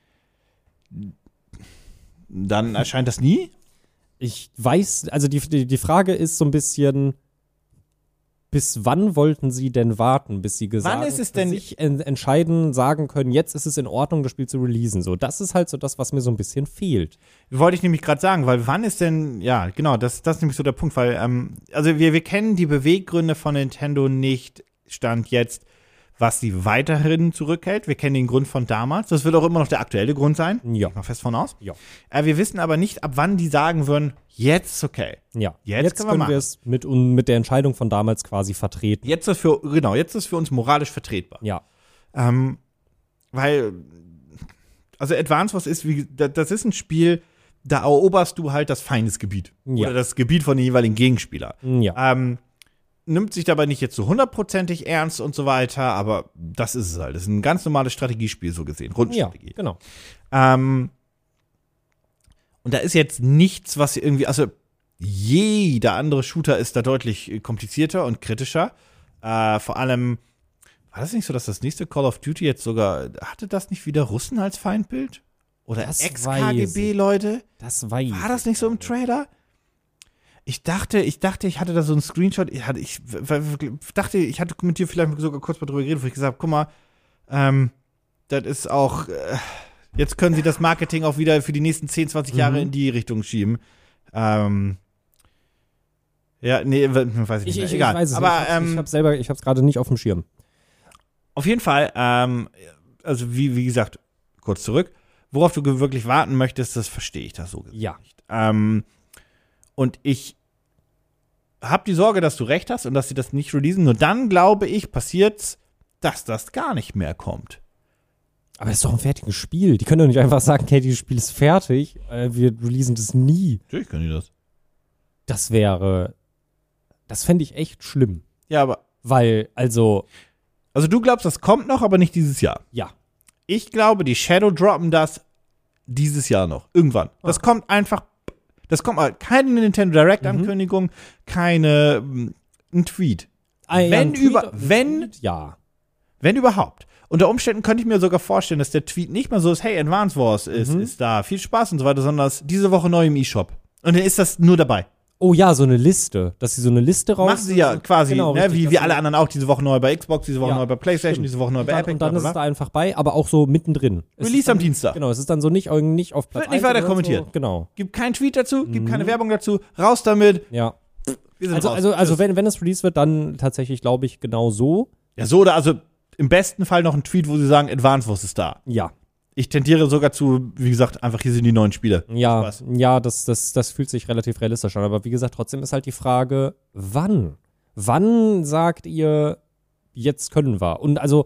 dann erscheint das nie. ich weiß, also die, die, die Frage ist so ein bisschen, bis wann wollten sie denn warten, bis sie gesagt ist es denn- sich en entscheiden, sagen können, jetzt ist es in Ordnung, das Spiel zu releasen. So, das ist halt so das, was mir so ein bisschen fehlt. Wollte ich nämlich gerade sagen, weil wann ist denn, ja, genau, das, das ist nämlich so der Punkt, weil, ähm, also wir, wir kennen die Beweggründe von Nintendo nicht, Stand jetzt, was sie weiterhin zurückhält. Wir kennen den Grund von damals. Das wird auch immer noch der aktuelle Grund sein. Ja. Gehe ich mal fest von aus. Ja. Äh, wir wissen aber nicht, ab wann die sagen würden, jetzt ist okay. Ja, Jetzt jetzt, können wir können machen. wir es mit, un- mit der Entscheidung von damals quasi vertreten. Jetzt ist für, genau, jetzt ist für uns moralisch vertretbar. Ja, Ähm, weil, also Advance Wars ist, wie, da- das ist ein Spiel, da eroberst du halt das Feindesgebiet. Ja. Oder das Gebiet von den jeweiligen Gegenspieler. ja, Ähm, nimmt sich dabei nicht jetzt so hundertprozentig ernst und so weiter, aber das ist es halt. Das ist ein ganz normales Strategiespiel, so gesehen. ja, Rundenstrategie. genau. Ähm, und da ist jetzt nichts, was irgendwie, also jeder andere Shooter ist da deutlich komplizierter und kritischer. Äh, vor allem, war das nicht so, dass das nächste Call of Duty jetzt sogar, hatte das nicht wieder Russen als Feindbild? Oder Das Ex-K weiß G ich. B-Leute? Das war War das nicht so im Trailer? Ich dachte, ich dachte, ich hatte da so einen Screenshot. Ich, hatte, ich w- w- dachte, ich hatte mit dir vielleicht sogar kurz mal drüber geredet, wo ich gesagt habe, guck mal, ähm, das ist auch, äh, jetzt können sie das Marketing auch wieder für die nächsten zehn, zwanzig Jahre Mhm. in die Richtung schieben. Ähm, Ja, nee, weiß ich nicht. Ich, ich, Egal. ich weiß es aber nicht. Ich, ähm, ich habe selber, ich habe es gerade nicht auf dem Schirm. auf jeden Fall, ähm, also wie, wie gesagt, kurz zurück, worauf du wirklich warten möchtest, das verstehe ich das so Ja. nicht. Ähm, und ich habe die Sorge, dass du recht hast und dass sie das nicht releasen. Nur dann, glaube ich, passiert's, dass das gar nicht mehr kommt. Aber es ist doch ein fertiges Spiel. Die können doch nicht einfach sagen, okay, dieses Spiel ist fertig, äh, wir releasen das nie. Natürlich können die das. Das wäre, das fände ich echt schlimm. Ja, aber, Weil, also, also du glaubst, das kommt noch, aber nicht dieses Jahr. ja. Ich glaube, die Shadow droppen das dieses Jahr noch. Irgendwann. Das Ah. kommt einfach, das kommt mal, keine Nintendo Direct-Ankündigung, keine, mm, ein Tweet. Ah, ja, Wenn ein Tweet- über- ein wenn- Tweet, ja. Wenn überhaupt. Unter Umständen könnte ich mir sogar vorstellen, dass der Tweet nicht mal so ist, hey, Advance Wars ist, Mhm. ist da, viel Spaß und so weiter, sondern dass diese Woche neu im E-Shop. Und dann ist das nur dabei. Oh ja, so eine Liste. Dass sie so eine Liste raus. Machen sie ja quasi, Genau, ne, richtig, wie, dass wie sie- alle anderen auch, diese Woche neu bei Xbox, diese Woche Ja, neu bei PlayStation, stimmt. diese Woche neu Und bei dann, Epic. und dann ist es bla, da bla, einfach bei, aber auch so mittendrin. Es Release ist dann, am Dienstag. Genau, es ist dann so nicht, irgendwie nicht auf Platz Wird nicht eins weiter oder kommentiert. So. Genau, Gibt keinen Tweet dazu, gibt Mhm. keine Werbung dazu, raus damit. ja. Wir sind Also, raus. also, also Tschüss. wenn, wenn es released wird, dann tatsächlich, glaube ich, genau so. Ja, so oder also im besten Fall noch ein Tweet, wo sie sagen, Advance Wars ist da. Ja. Ich tendiere sogar zu, wie gesagt, einfach hier sind die neuen Spiele. Ja, Spaß. ja, das, das, das fühlt sich relativ realistisch an. Aber wie gesagt, trotzdem ist halt die Frage, wann? Wann sagt ihr, jetzt können wir? Und also,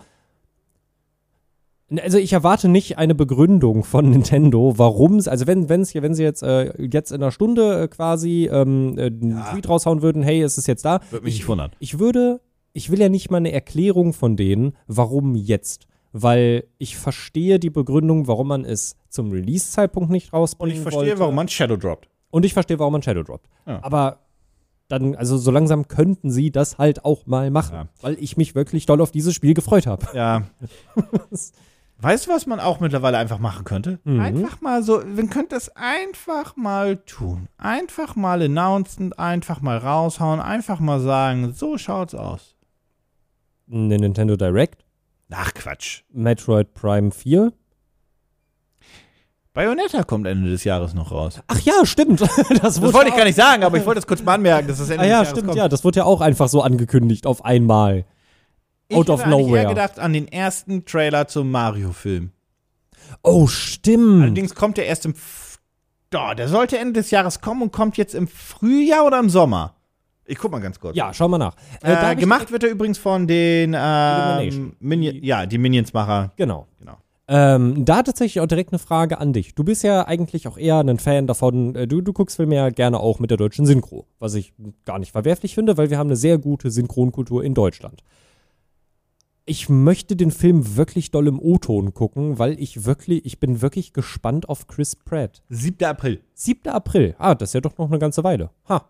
also ich erwarte nicht eine Begründung von Nintendo, warum es, also wenn, wenn's, wenn sie jetzt, äh, jetzt in einer Stunde äh, quasi ähm, äh, einen Ja. Tweet raushauen würden, hey, es ist jetzt da. Würde mich ich, nicht wundern. Ich würde, ich will ja nicht mal eine Erklärung von denen, warum jetzt. Weil ich verstehe die Begründung, warum man es zum Release-Zeitpunkt nicht Und rausbringen ich verstehe, wollte. warum man Shadow droppt. Und ich verstehe, warum man Shadow droppt. Ja. Aber dann, also so langsam könnten sie das halt auch mal machen. Ja. Weil ich mich wirklich doll auf dieses Spiel gefreut habe. Ja. Weißt du, was man auch mittlerweile einfach machen könnte? Mhm. Einfach mal so, man könnte das einfach mal tun. Einfach mal announcen, einfach mal raushauen, einfach mal sagen, so schaut's aus. Eine Nintendo Direct, Ach, Quatsch. Metroid Prime vier. Bayonetta kommt Ende des Jahres noch raus. Ach ja, stimmt. Das, Das wollte ich gar nicht sagen, aber ich wollte das kurz mal anmerken, dass das Ende Ah ja, des Jahres stimmt, kommt. ja. Das wurde ja auch einfach so angekündigt auf einmal. Ich Out of hätte eigentlich nowhere. eher gedacht an den ersten Trailer zum Mario-Film. Oh, stimmt. Allerdings kommt der erst im F oh, der sollte Ende des Jahres kommen und kommt jetzt im Frühjahr oder im Sommer. Ich guck mal ganz kurz. Ja, schau mal nach. Äh, da Äh, hab ich gemacht wird er übrigens von den ähm, Illumination. Minion, Die- ja, die Minions-Macher. Genau. Genau. Ähm, da tatsächlich auch direkt eine Frage an dich. Du bist ja eigentlich auch eher ein Fan davon, äh, du, du guckst Filme ja gerne auch mit der deutschen Synchro, was ich gar nicht verwerflich finde, weil wir haben eine sehr gute Synchronkultur in Deutschland. Ich möchte den Film wirklich doll im O-Ton gucken, weil ich wirklich, ich bin wirklich gespannt auf Chris Pratt. siebter April. siebter April. Ah, das ist ja doch noch eine ganze Weile. Ha.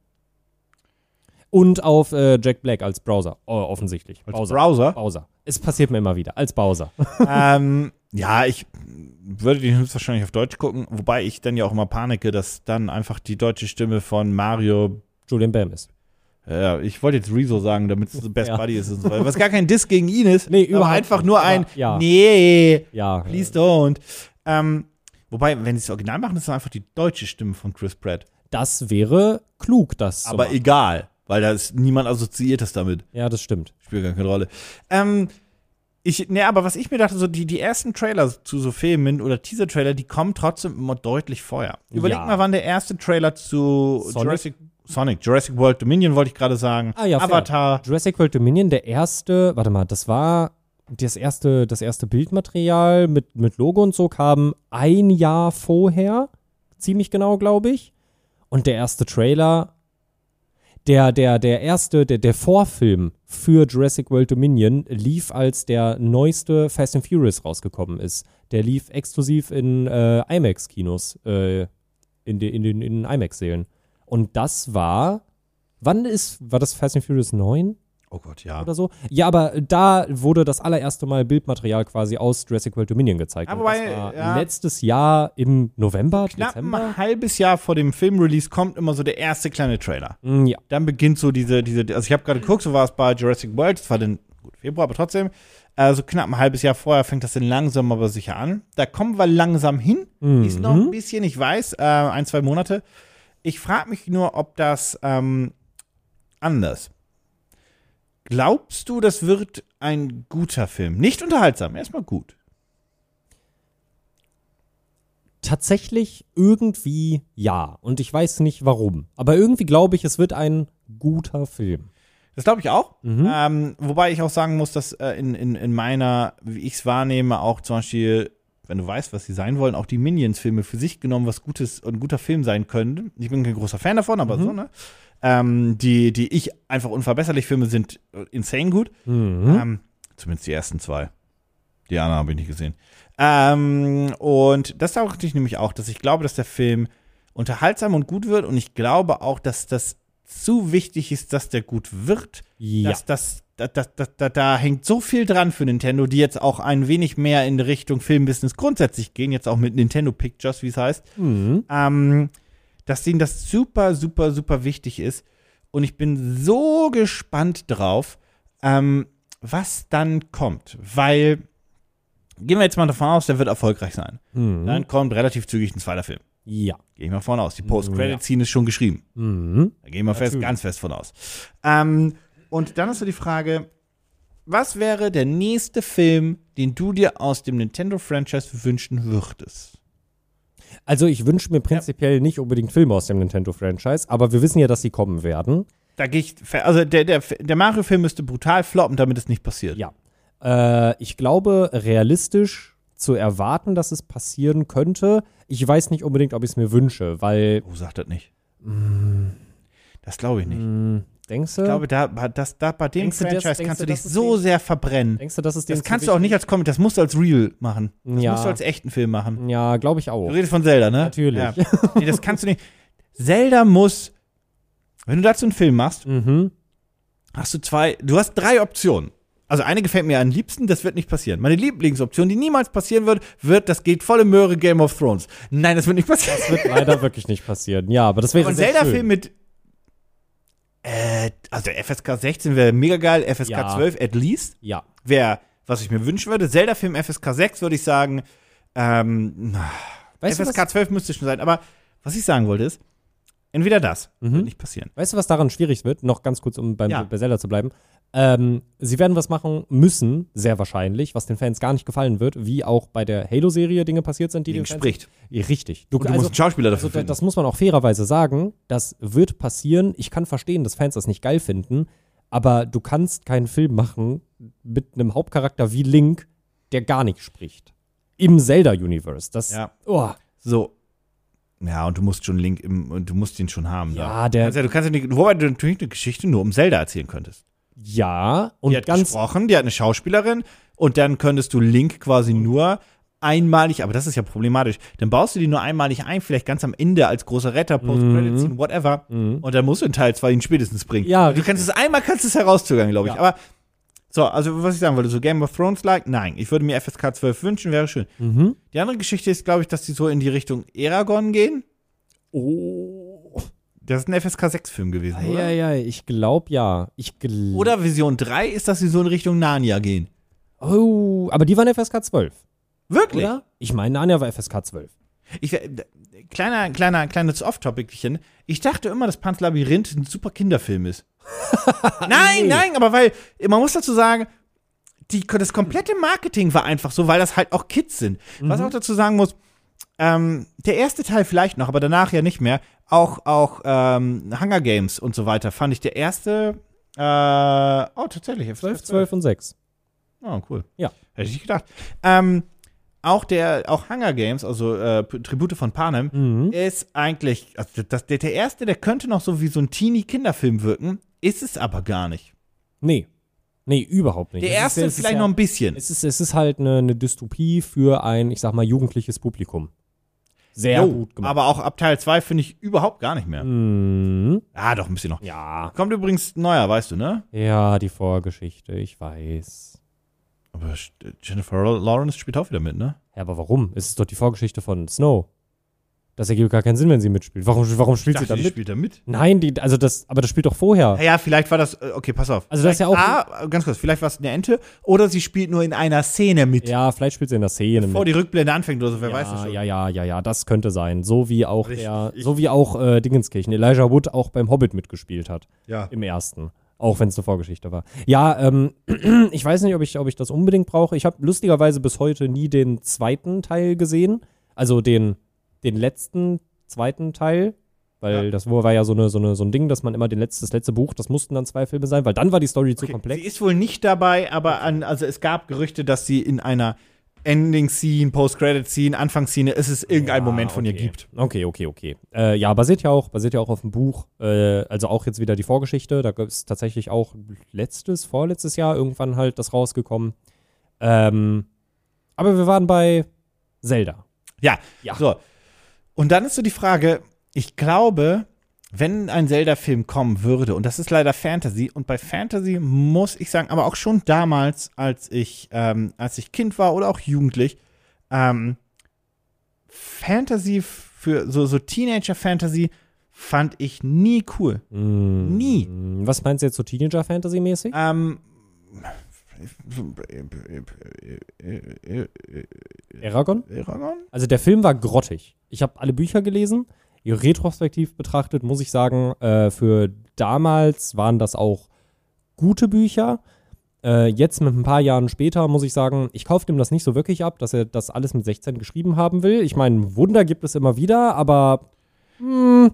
Und auf äh, Jack Black als Browser, oh, offensichtlich. Als Bowser. Browser? Bowser. Es passiert mir immer wieder, als Bowser. ähm, ja, ich würde den höchstwahrscheinlich auf Deutsch gucken, wobei ich dann ja auch immer panike, dass dann einfach die deutsche Stimme von Mario. Julian Bam ist. Ja, ich wollte jetzt Rezo sagen, damit es Best Ja. Buddy ist und so weiter. Was gar kein Diss gegen ihn ist. Nee, aber überhaupt einfach nicht. nur ein Aber, ja. Nee, Ja. please don't. Ähm, wobei, wenn sie es original machen, ist es einfach die deutsche Stimme von Chris Pratt. Das wäre klug, das zu Aber machen. egal, weil da ist niemand assoziiert das damit. Ja, das stimmt. Spielt gar keine Rolle. Ähm, ich, ne, aber was ich mir dachte, so die, die ersten Trailer zu so Filmen oder Teaser-Trailer, die kommen trotzdem immer deutlich vorher. Überleg Ja. mal, wann der erste Trailer zu Sonic? Jurassic, Sonic, Jurassic World Dominion wollte ich gerade sagen. Ah, ja, fair. Avatar. Jurassic World Dominion, der erste, warte mal, das war das erste, das erste Bildmaterial mit, mit Logo und so kam ein Jahr vorher, ziemlich genau, glaube ich. Und der erste Trailer, der, der, der erste, der, der Vorfilm für Jurassic World Dominion lief, als der neueste Fast and Furious rausgekommen ist. Der lief exklusiv in äh, IMAX-Kinos, äh, in, de, in den in den IMAX-Sälen. Und das war, wann ist, war das Fast and Furious neun? Oh Gott, ja. Oder so. Ja, aber da wurde das allererste Mal Bildmaterial quasi aus Jurassic World Dominion gezeigt. Aber Und bei- das war ja. letztes Jahr im November, Knapp Dezember. ein halbes Jahr vor dem Filmrelease kommt immer so der erste kleine Trailer. Mm, ja. Dann beginnt so diese, diese, also ich habe gerade geguckt, so war es bei Jurassic World, das war dann gut, Februar, aber trotzdem, also knapp ein halbes Jahr vorher fängt das dann langsam aber sicher an. Da kommen wir langsam hin. Mhm. Ist noch ein bisschen, ich weiß, äh, ein, zwei Monate. Ich frage mich nur, ob das, ähm, anders. Glaubst du, das wird ein guter Film? Nicht unterhaltsam, erstmal gut. Tatsächlich irgendwie ja. Und ich weiß nicht warum. Aber irgendwie glaube ich, es wird ein guter Film. Das glaube ich auch. Mhm. Ähm, wobei ich auch sagen muss, dass äh, in, in, in meiner, wie ich es wahrnehme, auch zum Beispiel, wenn du weißt, was sie sein wollen, auch die Minions-Filme für sich genommen was Gutes und ein guter Film sein können. Ich bin kein großer Fan davon, aber Mhm. so, ne? Ähm, die, die ich einfach unverbesserlich finde, sind insane gut. Mhm. Ähm, zumindest die ersten zwei. Die anderen habe ich nicht gesehen. Ähm, und das dachte ich nämlich auch, dass ich glaube, dass der Film unterhaltsam und gut wird. Und ich glaube auch, dass das zu wichtig ist, dass der gut wird. Ja. Dass das, da, da, da, da, da hängt so viel dran für Nintendo, die jetzt auch ein wenig mehr in Richtung Filmbusiness grundsätzlich gehen, jetzt auch mit Nintendo Pictures, wie es heißt. Mhm. Ähm, dass denen das super, super, super wichtig ist. Und ich bin so gespannt drauf, ähm, was dann kommt. Weil, gehen wir jetzt mal davon aus, der wird erfolgreich sein. Mhm. Dann kommt relativ zügig ein zweiter Film. Ja. Gehe ich mal von aus. Die Post-Credit-Scene ist schon geschrieben. Mhm. Da gehen wir fest, Natürlich. ganz fest von aus. Ähm, und dann ist so die Frage, was wäre der nächste Film, den du dir aus dem Nintendo-Franchise wünschen würdest? Also ich wünsche mir prinzipiell nicht unbedingt Filme aus dem Nintendo-Franchise, aber wir wissen ja, dass sie kommen werden. Da gehe ich, fe- also der, der, der Mario-Film müsste brutal floppen, damit es nicht passiert. Ja. Äh, ich glaube, realistisch zu erwarten, dass es passieren könnte. Ich weiß nicht unbedingt, ob ich es mir wünsche, weil. Oh, sag das nicht. Mm, Das glaube ich nicht. mm, denkst du? Ich glaube, da, das, da bei dem Denkst du, das- Franchise denkst kannst du, du dich das ist so den- sehr verbrennen. denkst du, das ist Das denen zu kannst du auch nicht wichtig? als Comic, das musst du als Real machen. Das Ja. musst du als echten Film machen. Ja, glaube ich auch. Du redest von Zelda, ne? Natürlich. Ja. Nee, das kannst du nicht. Zelda muss, wenn du dazu einen Film machst, Mhm. hast du zwei, du hast drei Optionen. Also eine gefällt mir am liebsten, das wird nicht passieren. Meine Lieblingsoption, die niemals passieren wird, wird, das geht volle Möhre Game of Thrones. Nein, das wird nicht passieren. Das wird leider wirklich nicht passieren. Ja, aber das wäre Aber ein sehr Zelda-Film schön. mit, äh, also der F S K sechzehn wäre mega geil, F S K Ja. zwölf at least Ja. wäre, was ich mir wünschen würde. Zelda-Film F S K sechs würde ich sagen, ähm, Weißt du, F S K was, zwölf müsste schon sein. Aber was ich sagen wollte ist, entweder das, Mhm. wird nicht passieren. weißt du, was daran schwierig wird? Noch ganz kurz, um beim, Ja. bei Zelda zu bleiben. Ähm, sie werden was machen müssen, sehr wahrscheinlich, was den Fans gar nicht gefallen wird, wie auch bei der Halo-Serie Dinge passiert sind, die Ding den Fans spricht. Ja, richtig. Du, Und du also, musst einen Schauspieler dafür also, da- finden. das muss man auch fairerweise sagen. Das wird passieren. Ich kann verstehen, dass Fans das nicht geil finden, aber du kannst keinen Film machen mit einem Hauptcharakter wie Link, der gar nicht spricht. Im Zelda-Universe. Das, Ja. oh, So. Ja, und du musst schon Link im, und du musst ihn schon haben. ja, da. der, Also, du kannst ja nicht, wobei du natürlich eine Geschichte nur um Zelda erzählen könntest. ja, und Die hat ganz, gesprochen, die hat eine Schauspielerin und dann könntest du Link quasi nur einmalig, aber das ist ja problematisch, dann baust du die nur einmalig ein, vielleicht ganz am Ende als großer Retter, Post-Credit-Scene, whatever, Mhm. und dann musst du in Teil zwei ihn spätestens bringen. Ja, du kannst es einmal, kannst es herauszögern, glaube ich, Ja. aber so, also was ich sagen wollte, so Game of Thrones-like, nein, ich würde mir F S K zwölf wünschen, wäre schön. Mhm. Die andere Geschichte ist, glaube ich, dass die so in die Richtung Eragon gehen. Oh. Das ist ein F S K sechs-Film gewesen, oder? Ja, ja, ich glaube ja. Ich gl- Oder Vision drei ist, dass sie so in Richtung Narnia gehen. Oh, aber die waren F S K zwölf, Wirklich? oder? Ich meine, Narnia war F S K zwölf. Ich, äh, kleiner, kleiner, kleines Off-Topicchen. Ich dachte immer, dass Pan's Labyrinth ein super Kinderfilm ist. nein, Nee. nein, aber weil, man muss dazu sagen, die, das komplette Marketing war einfach so, weil das halt auch Kids sind. Was auch dazu sagen muss, ähm, der erste Teil vielleicht noch, aber danach ja nicht mehr. Auch, auch ähm, Hunger Games und so weiter fand ich der erste, äh, oh, tatsächlich, F zwölf, zwölf und sechs. Oh, cool. Ja. Hätte ich nicht gedacht. Ähm, auch der, auch Hunger Games, also äh, Tribute von Panem, Mhm. ist eigentlich, also das, der, der erste, der könnte noch so wie so ein Teenie-Kinderfilm wirken, ist es aber gar nicht. Nee. Nee, überhaupt nicht. Der Es ist- erste es ist vielleicht ja, noch ein bisschen. Es ist, es ist halt eine, eine Dystopie für ein, ich sag mal, jugendliches Publikum. Sehr Jo, gut gemacht. aber auch ab Teil zwei finde ich überhaupt gar nicht mehr. Mhm. Ah, doch, ein bisschen noch. Ja. Kommt übrigens neuer, weißt du, ne? Ja, die Vorgeschichte, ich weiß. Aber Jennifer Lawrence spielt auch wieder mit, ne? Ja, aber warum? Es ist doch die Vorgeschichte von Snow. Das ergibt gar keinen Sinn, wenn sie mitspielt. Warum, warum spielt Ich dachte, sie dann die mit? spielt da mit. Nein, die, also das, aber das spielt doch vorher. Ja, ja, vielleicht war das, äh, okay, pass auf. Also das ist ja auch- A, ganz kurz, vielleicht war es eine Ente oder sie spielt nur in einer Szene mit, Ja, vielleicht spielt sie in der Szene bevor mit. die Rückblende anfängt oder so, wer ja, weiß das schon. ja, ja, ja, ja, das könnte sein. So wie auch Ich- der, ich- so wie auch äh, Dingenskirchen, Elijah Wood auch beim Hobbit mitgespielt hat. Ja. Im ersten. Auch wenn es eine Vorgeschichte war. Ja, ähm, ich weiß nicht, ob ich, ob ich das unbedingt brauche. Ich habe lustigerweise bis heute nie den zweiten Teil gesehen. Also den, den letzten zweiten Teil. Weil Ja. das war ja so, eine, so, eine, so ein Ding, dass man immer den letzten, das letzte Buch, das mussten dann zwei Filme sein, weil dann war die Story zu Okay, komplex. sie ist wohl nicht dabei, aber an, also es gab Gerüchte, dass sie in einer Ending-Scene, Post-Credit-Scene, Anfangsszene, es ist irgendein Ah, Moment von ihr okay. gibt. Okay, okay, okay. Äh, ja, basiert ja auch, basiert ja auch auf dem Buch. Äh, also auch jetzt wieder die Vorgeschichte. Da ist tatsächlich auch letztes, vorletztes Jahr irgendwann halt das rausgekommen. Ähm, aber wir waren bei Zelda. Ja, Ja. so. Und dann ist so die Frage, ich glaube, wenn ein Zelda-Film kommen würde, und das ist leider Fantasy, und bei Fantasy muss ich sagen, aber auch schon damals, als ich, ähm, als ich Kind war oder auch jugendlich, ähm, Fantasy für so, so Teenager-Fantasy fand ich nie cool. Mm, Nie. Was meinst du jetzt so Teenager-Fantasy-mäßig? Ähm, Eragon? Eragon? Also der Film war grottig. Ich habe alle Bücher gelesen. Retrospektiv betrachtet muss ich sagen, äh, für damals waren das auch gute Bücher. Äh, jetzt mit ein paar Jahren später muss ich sagen, ich kaufe dem das nicht so wirklich ab, dass er das alles mit sechzehn geschrieben haben will. Ich meine, Wunder gibt es immer wieder, aber hm,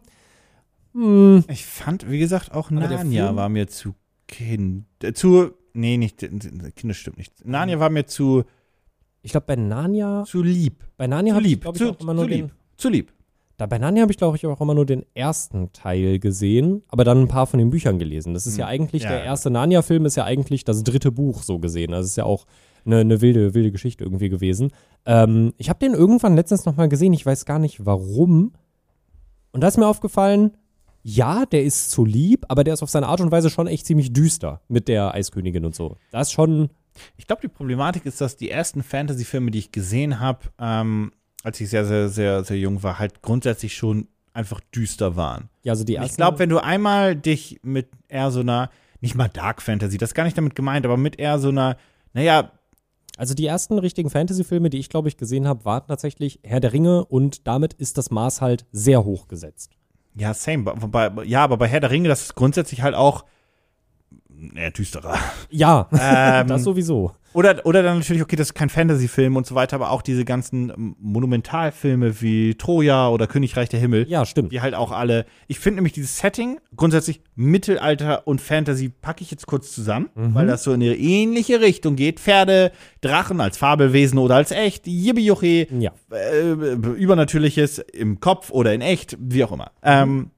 hm, Ich fand, wie gesagt, auch Aber der Narnia Film- war mir zu Kind. Äh, zu. Nee, nicht. äh, Kinder stimmt nicht. Narnia war mir zu, ich glaube bei Narnia, zu lieb. bei Narnia Zu habe ich lieb. glaube ich Zu, auch immer nur zu den, lieb. Zu lieb. da bei Narnia habe ich glaube ich auch immer nur den ersten Teil gesehen, aber dann ein paar von den Büchern gelesen. Das ist Hm. ja eigentlich, Ja. der erste Narnia-Film ist ja eigentlich das dritte Buch so gesehen. Also es ist ja auch eine, eine wilde, wilde Geschichte irgendwie gewesen. Ähm, ich habe den irgendwann letztens nochmal gesehen, ich weiß gar nicht warum. Und da ist mir aufgefallen, ja, der ist zu lieb, aber der ist auf seine Art und Weise schon echt ziemlich düster mit der Eiskönigin und so. Das ist schon, Ich glaube, die Problematik ist, dass die ersten Fantasy-Filme, die ich gesehen habe, ähm, als ich sehr, sehr, sehr, sehr jung war, halt grundsätzlich schon einfach düster waren. ja, also die Und ersten. ich glaube, wenn du einmal dich mit eher so einer, nicht mal Dark Fantasy, das ist gar nicht damit gemeint, aber mit eher so einer, naja, Also die ersten richtigen Fantasy-Filme, die ich, glaube ich, gesehen habe, waren tatsächlich Herr der Ringe und damit ist das Maß halt sehr hoch gesetzt. ja, same. Bei, bei, ja, aber bei Herr der Ringe, das ist grundsätzlich halt auch eher düsterer. Ja, Ähm, das sowieso. Oder, oder dann natürlich, okay, das ist kein Fantasy-Film und so weiter, aber auch diese ganzen ähm, Monumentalfilme wie Troja oder Königreich der Himmel, Ja, stimmt. die halt auch alle, ich finde nämlich dieses Setting, grundsätzlich Mittelalter und Fantasy packe ich jetzt kurz zusammen, Mhm. weil das so in eine ähnliche Richtung geht. Pferde, Drachen als Fabelwesen oder als echt, Jibbijuchi, Ja. äh, Übernatürliches im Kopf oder in echt, wie auch immer. Ähm,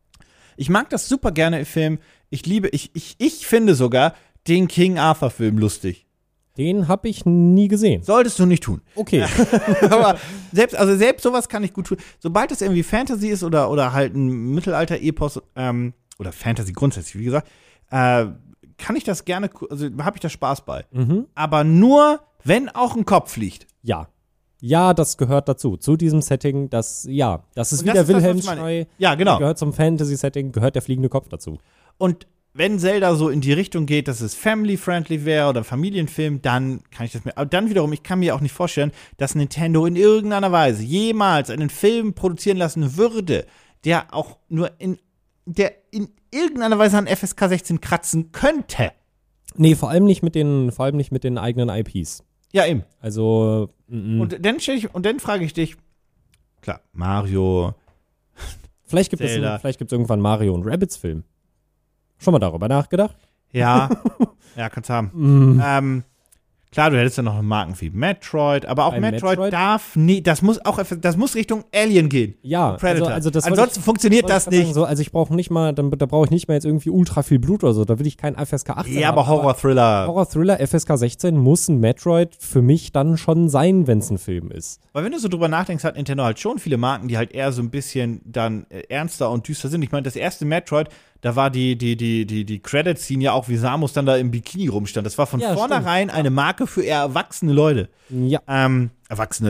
ich mag das super gerne im Film. Ich liebe, ich, ich, ich finde sogar den King Arthur-Film lustig. Den habe ich nie gesehen. Solltest du nicht tun. Okay. Aber selbst, also selbst sowas kann ich gut tun. Sobald es irgendwie Fantasy ist oder, oder halt ein Mittelalter-Epos, ähm, oder Fantasy grundsätzlich, wie gesagt, äh, kann ich das gerne, gu- also habe ich da Spaß bei. mhm. Aber nur, wenn auch ein Kopf fliegt. Ja. Ja, das gehört dazu. Zu diesem Setting, das, ja, das ist Und wie das der ist das, was ich meine. Wilhelmsschrei. Ja, genau. Gehört zum Fantasy-Setting, gehört der fliegende Kopf dazu. Und wenn Zelda so in die Richtung geht, dass es family-friendly wäre oder Familienfilm, dann kann ich das mir. Aber dann wiederum, ich kann mir auch nicht vorstellen, dass Nintendo in irgendeiner Weise jemals einen Film produzieren lassen würde, der auch nur in, der in irgendeiner Weise an F S K sechzehn kratzen könnte. Nee, vor allem nicht mit den, vor allem nicht mit den eigenen I Ps. Ja, eben. Also, mm, mm. Und dann stell ich, und dann frage ich dich, klar, Mario, vielleicht gibt es Zelda. vielleicht gibt's irgendwann Mario und Rabbids Film. Schon mal darüber nachgedacht? ja, ja, kannst haben. Mm. Ähm, klar, du hättest ja noch Marken wie Metroid, aber auch Bei Metroid, Metroid? darf nie, das muss auch, das muss Richtung Alien gehen. Ja, Predator. also, also das wollte Ansonsten ich, funktioniert wollte das ich grad sagen, nicht. so, also ich brauche nicht mal, dann, da brauche ich nicht mal jetzt irgendwie ultra viel Blut oder so. Da will ich keinen F S K achtzehn Ja, haben, aber Horror-Thriller. Horror-Thriller F S K sechzehn muss ein Metroid für mich dann schon sein, wenn es ein Film ist. Weil wenn du so drüber nachdenkst, hat Nintendo halt schon viele Marken, die halt eher so ein bisschen dann äh, ernster und düster sind. Ich meine, das erste Metroid, da war die, die, die, die, die Credit-Scene ja auch, wie Samus dann da im Bikini rumstand. Das war von Ja, vornherein eine Marke für eher erwachsene Leute. Ja. Ähm, erwachsene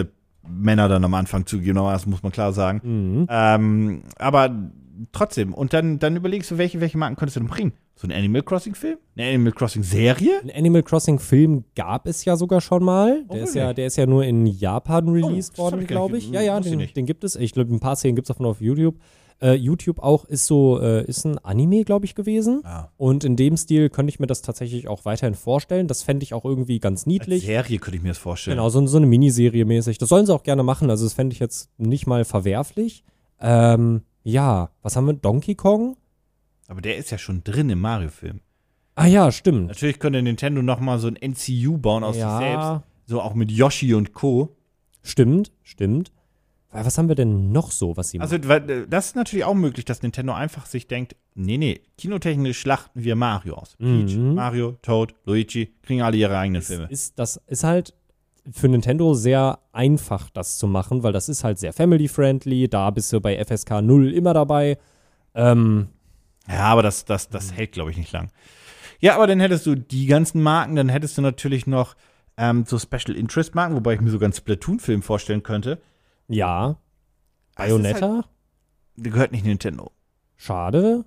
Männer dann am Anfang zugegeben, aber das muss man klar sagen. Mhm. Ähm, aber trotzdem, und dann, dann überlegst du, welche, welche Marken könntest du denn bringen? So ein Animal Crossing-Film? Eine Animal Crossing-Serie? Ein Animal Crossing-Film gab es ja sogar schon mal. Oh, Der, ist wirklich? ja, der ist ja nur in Japan released Oh, das hab worden, ich gar glaube nicht ich. ge- Ja, ja, wusste ich den, nicht. den gibt es. Ich glaube, ein paar Szenen gibt es davon auf YouTube. Äh, YouTube auch ist so, äh, ist ein Anime, glaube ich, gewesen. Ah. Und in dem Stil könnte ich mir das tatsächlich auch weiterhin vorstellen. Das fände ich auch irgendwie ganz Als niedlich. Serie könnte ich mir das vorstellen. Genau, so, so eine Miniserie mäßig. Das sollen sie auch gerne machen. Also das fände ich jetzt nicht mal verwerflich. Ähm, ja, was haben wir? Donkey Kong? Aber der ist ja schon drin im Mario-Film. Ah ja, stimmt. Natürlich könnte Nintendo noch mal so ein N C U bauen aus Ja. sich selbst. So auch mit Yoshi und Co. Stimmt, stimmt. Weil was haben wir denn noch so, was sie Also weil, äh, das ist natürlich auch möglich, dass Nintendo einfach sich denkt, nee, nee, kinotechnisch schlachten wir Mario aus. Peach, Mhm. Mario, Toad, Luigi, kriegen alle ihre eigenen Filme. ist, das ist halt für Nintendo sehr einfach, das zu machen, weil das ist halt sehr family-friendly. Da bist du bei F S K null immer dabei. Ähm, Ja, aber das, das, das hält, glaube ich, nicht lang. Ja, aber dann hättest du die ganzen Marken, dann hättest du natürlich noch ähm, so Special Interest Marken, wobei ich mir sogar einen Splatoon-Film vorstellen könnte. ja. Das ist Bayonetta? Halt, der gehört nicht Nintendo. Schade.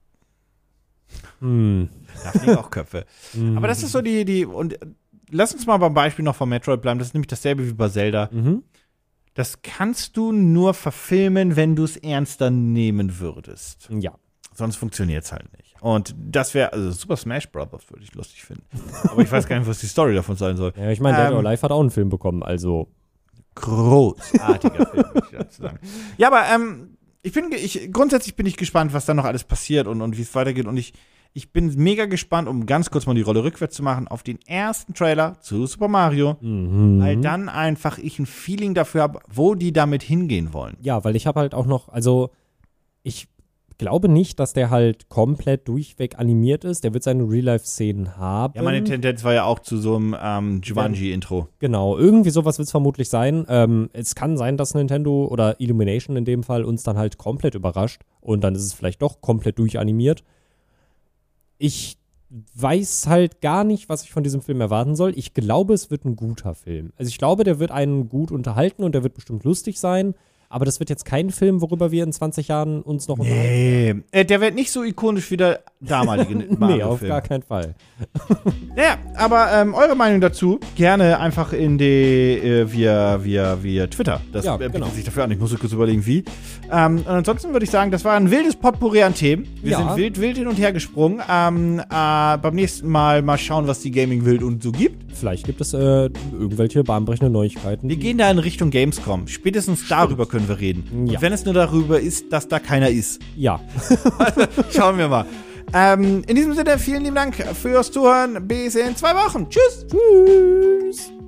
Hm. Da fliegen auch Köpfe. Mhm. Aber das ist so die, die, und äh, lass uns mal beim Beispiel noch von Metroid bleiben. Das ist nämlich dasselbe wie bei Zelda. Mhm. Das kannst du nur verfilmen, wenn du es ernster nehmen würdest. Ja. Sonst funktioniert es halt nicht. Und das wäre, also Super Smash Brothers würde ich lustig finden. Aber ich weiß gar nicht, was die Story davon sein soll. Ja, ich meine, Dead Ähm, or Alive hat auch einen Film bekommen, also. Großartiger Film, würde ich dazu sagen. Ja, aber ähm, ich bin, ge- ich, grundsätzlich bin ich gespannt, was da noch alles passiert und, und wie es weitergeht. Und ich, ich bin mega gespannt, um ganz kurz mal die Rolle rückwärts zu machen, auf den ersten Trailer zu Super Mario. Mhm. Weil dann einfach ich ein Feeling dafür habe, wo die damit hingehen wollen. Ja, weil ich habe halt auch noch, also ich glaube nicht, dass der halt komplett durchweg animiert ist. Der wird seine Real-Life-Szenen haben. Ja, meine Tendenz war ja auch zu so einem ähm, Jumanji-Intro. Genau, irgendwie sowas wird es vermutlich sein. Ähm, es kann sein, dass Nintendo oder Illumination in dem Fall uns dann halt komplett überrascht und dann ist es vielleicht doch komplett durchanimiert. Ich weiß halt gar nicht, was ich von diesem Film erwarten soll. Ich glaube, es wird ein guter Film. Also ich glaube, der wird einen gut unterhalten und der wird bestimmt lustig sein. Aber das wird jetzt kein Film, worüber wir in zwanzig Jahren uns noch unterhalten. Nee, äh, der wird nicht so ikonisch wie der damalige Nee, auf Mario-Film. gar keinen Fall. Ja, aber ähm, eure Meinung dazu gerne einfach in die äh, via, via, via Twitter. Das Ja, äh, bietet genau. sich dafür an. Ich muss kurz überlegen, wie. Ähm, und ansonsten würde ich sagen, das war ein wildes Potpourri an Themen. Wir Ja. sind wild, wild hin und her gesprungen. Ähm, äh, beim nächsten Mal mal schauen, was die Gaming-Wild und so gibt. Vielleicht gibt es äh, irgendwelche bahnbrechende Neuigkeiten. Wir gehen da in Richtung Gamescom. Spätestens darüber können wir reden. Ja. Und wenn es nur darüber ist, dass da keiner ist. Ja. Schauen wir mal. Ähm, in diesem Sinne, vielen lieben Dank fürs Zuhören. Bis in zwei Wochen. Tschüss. Tschüss.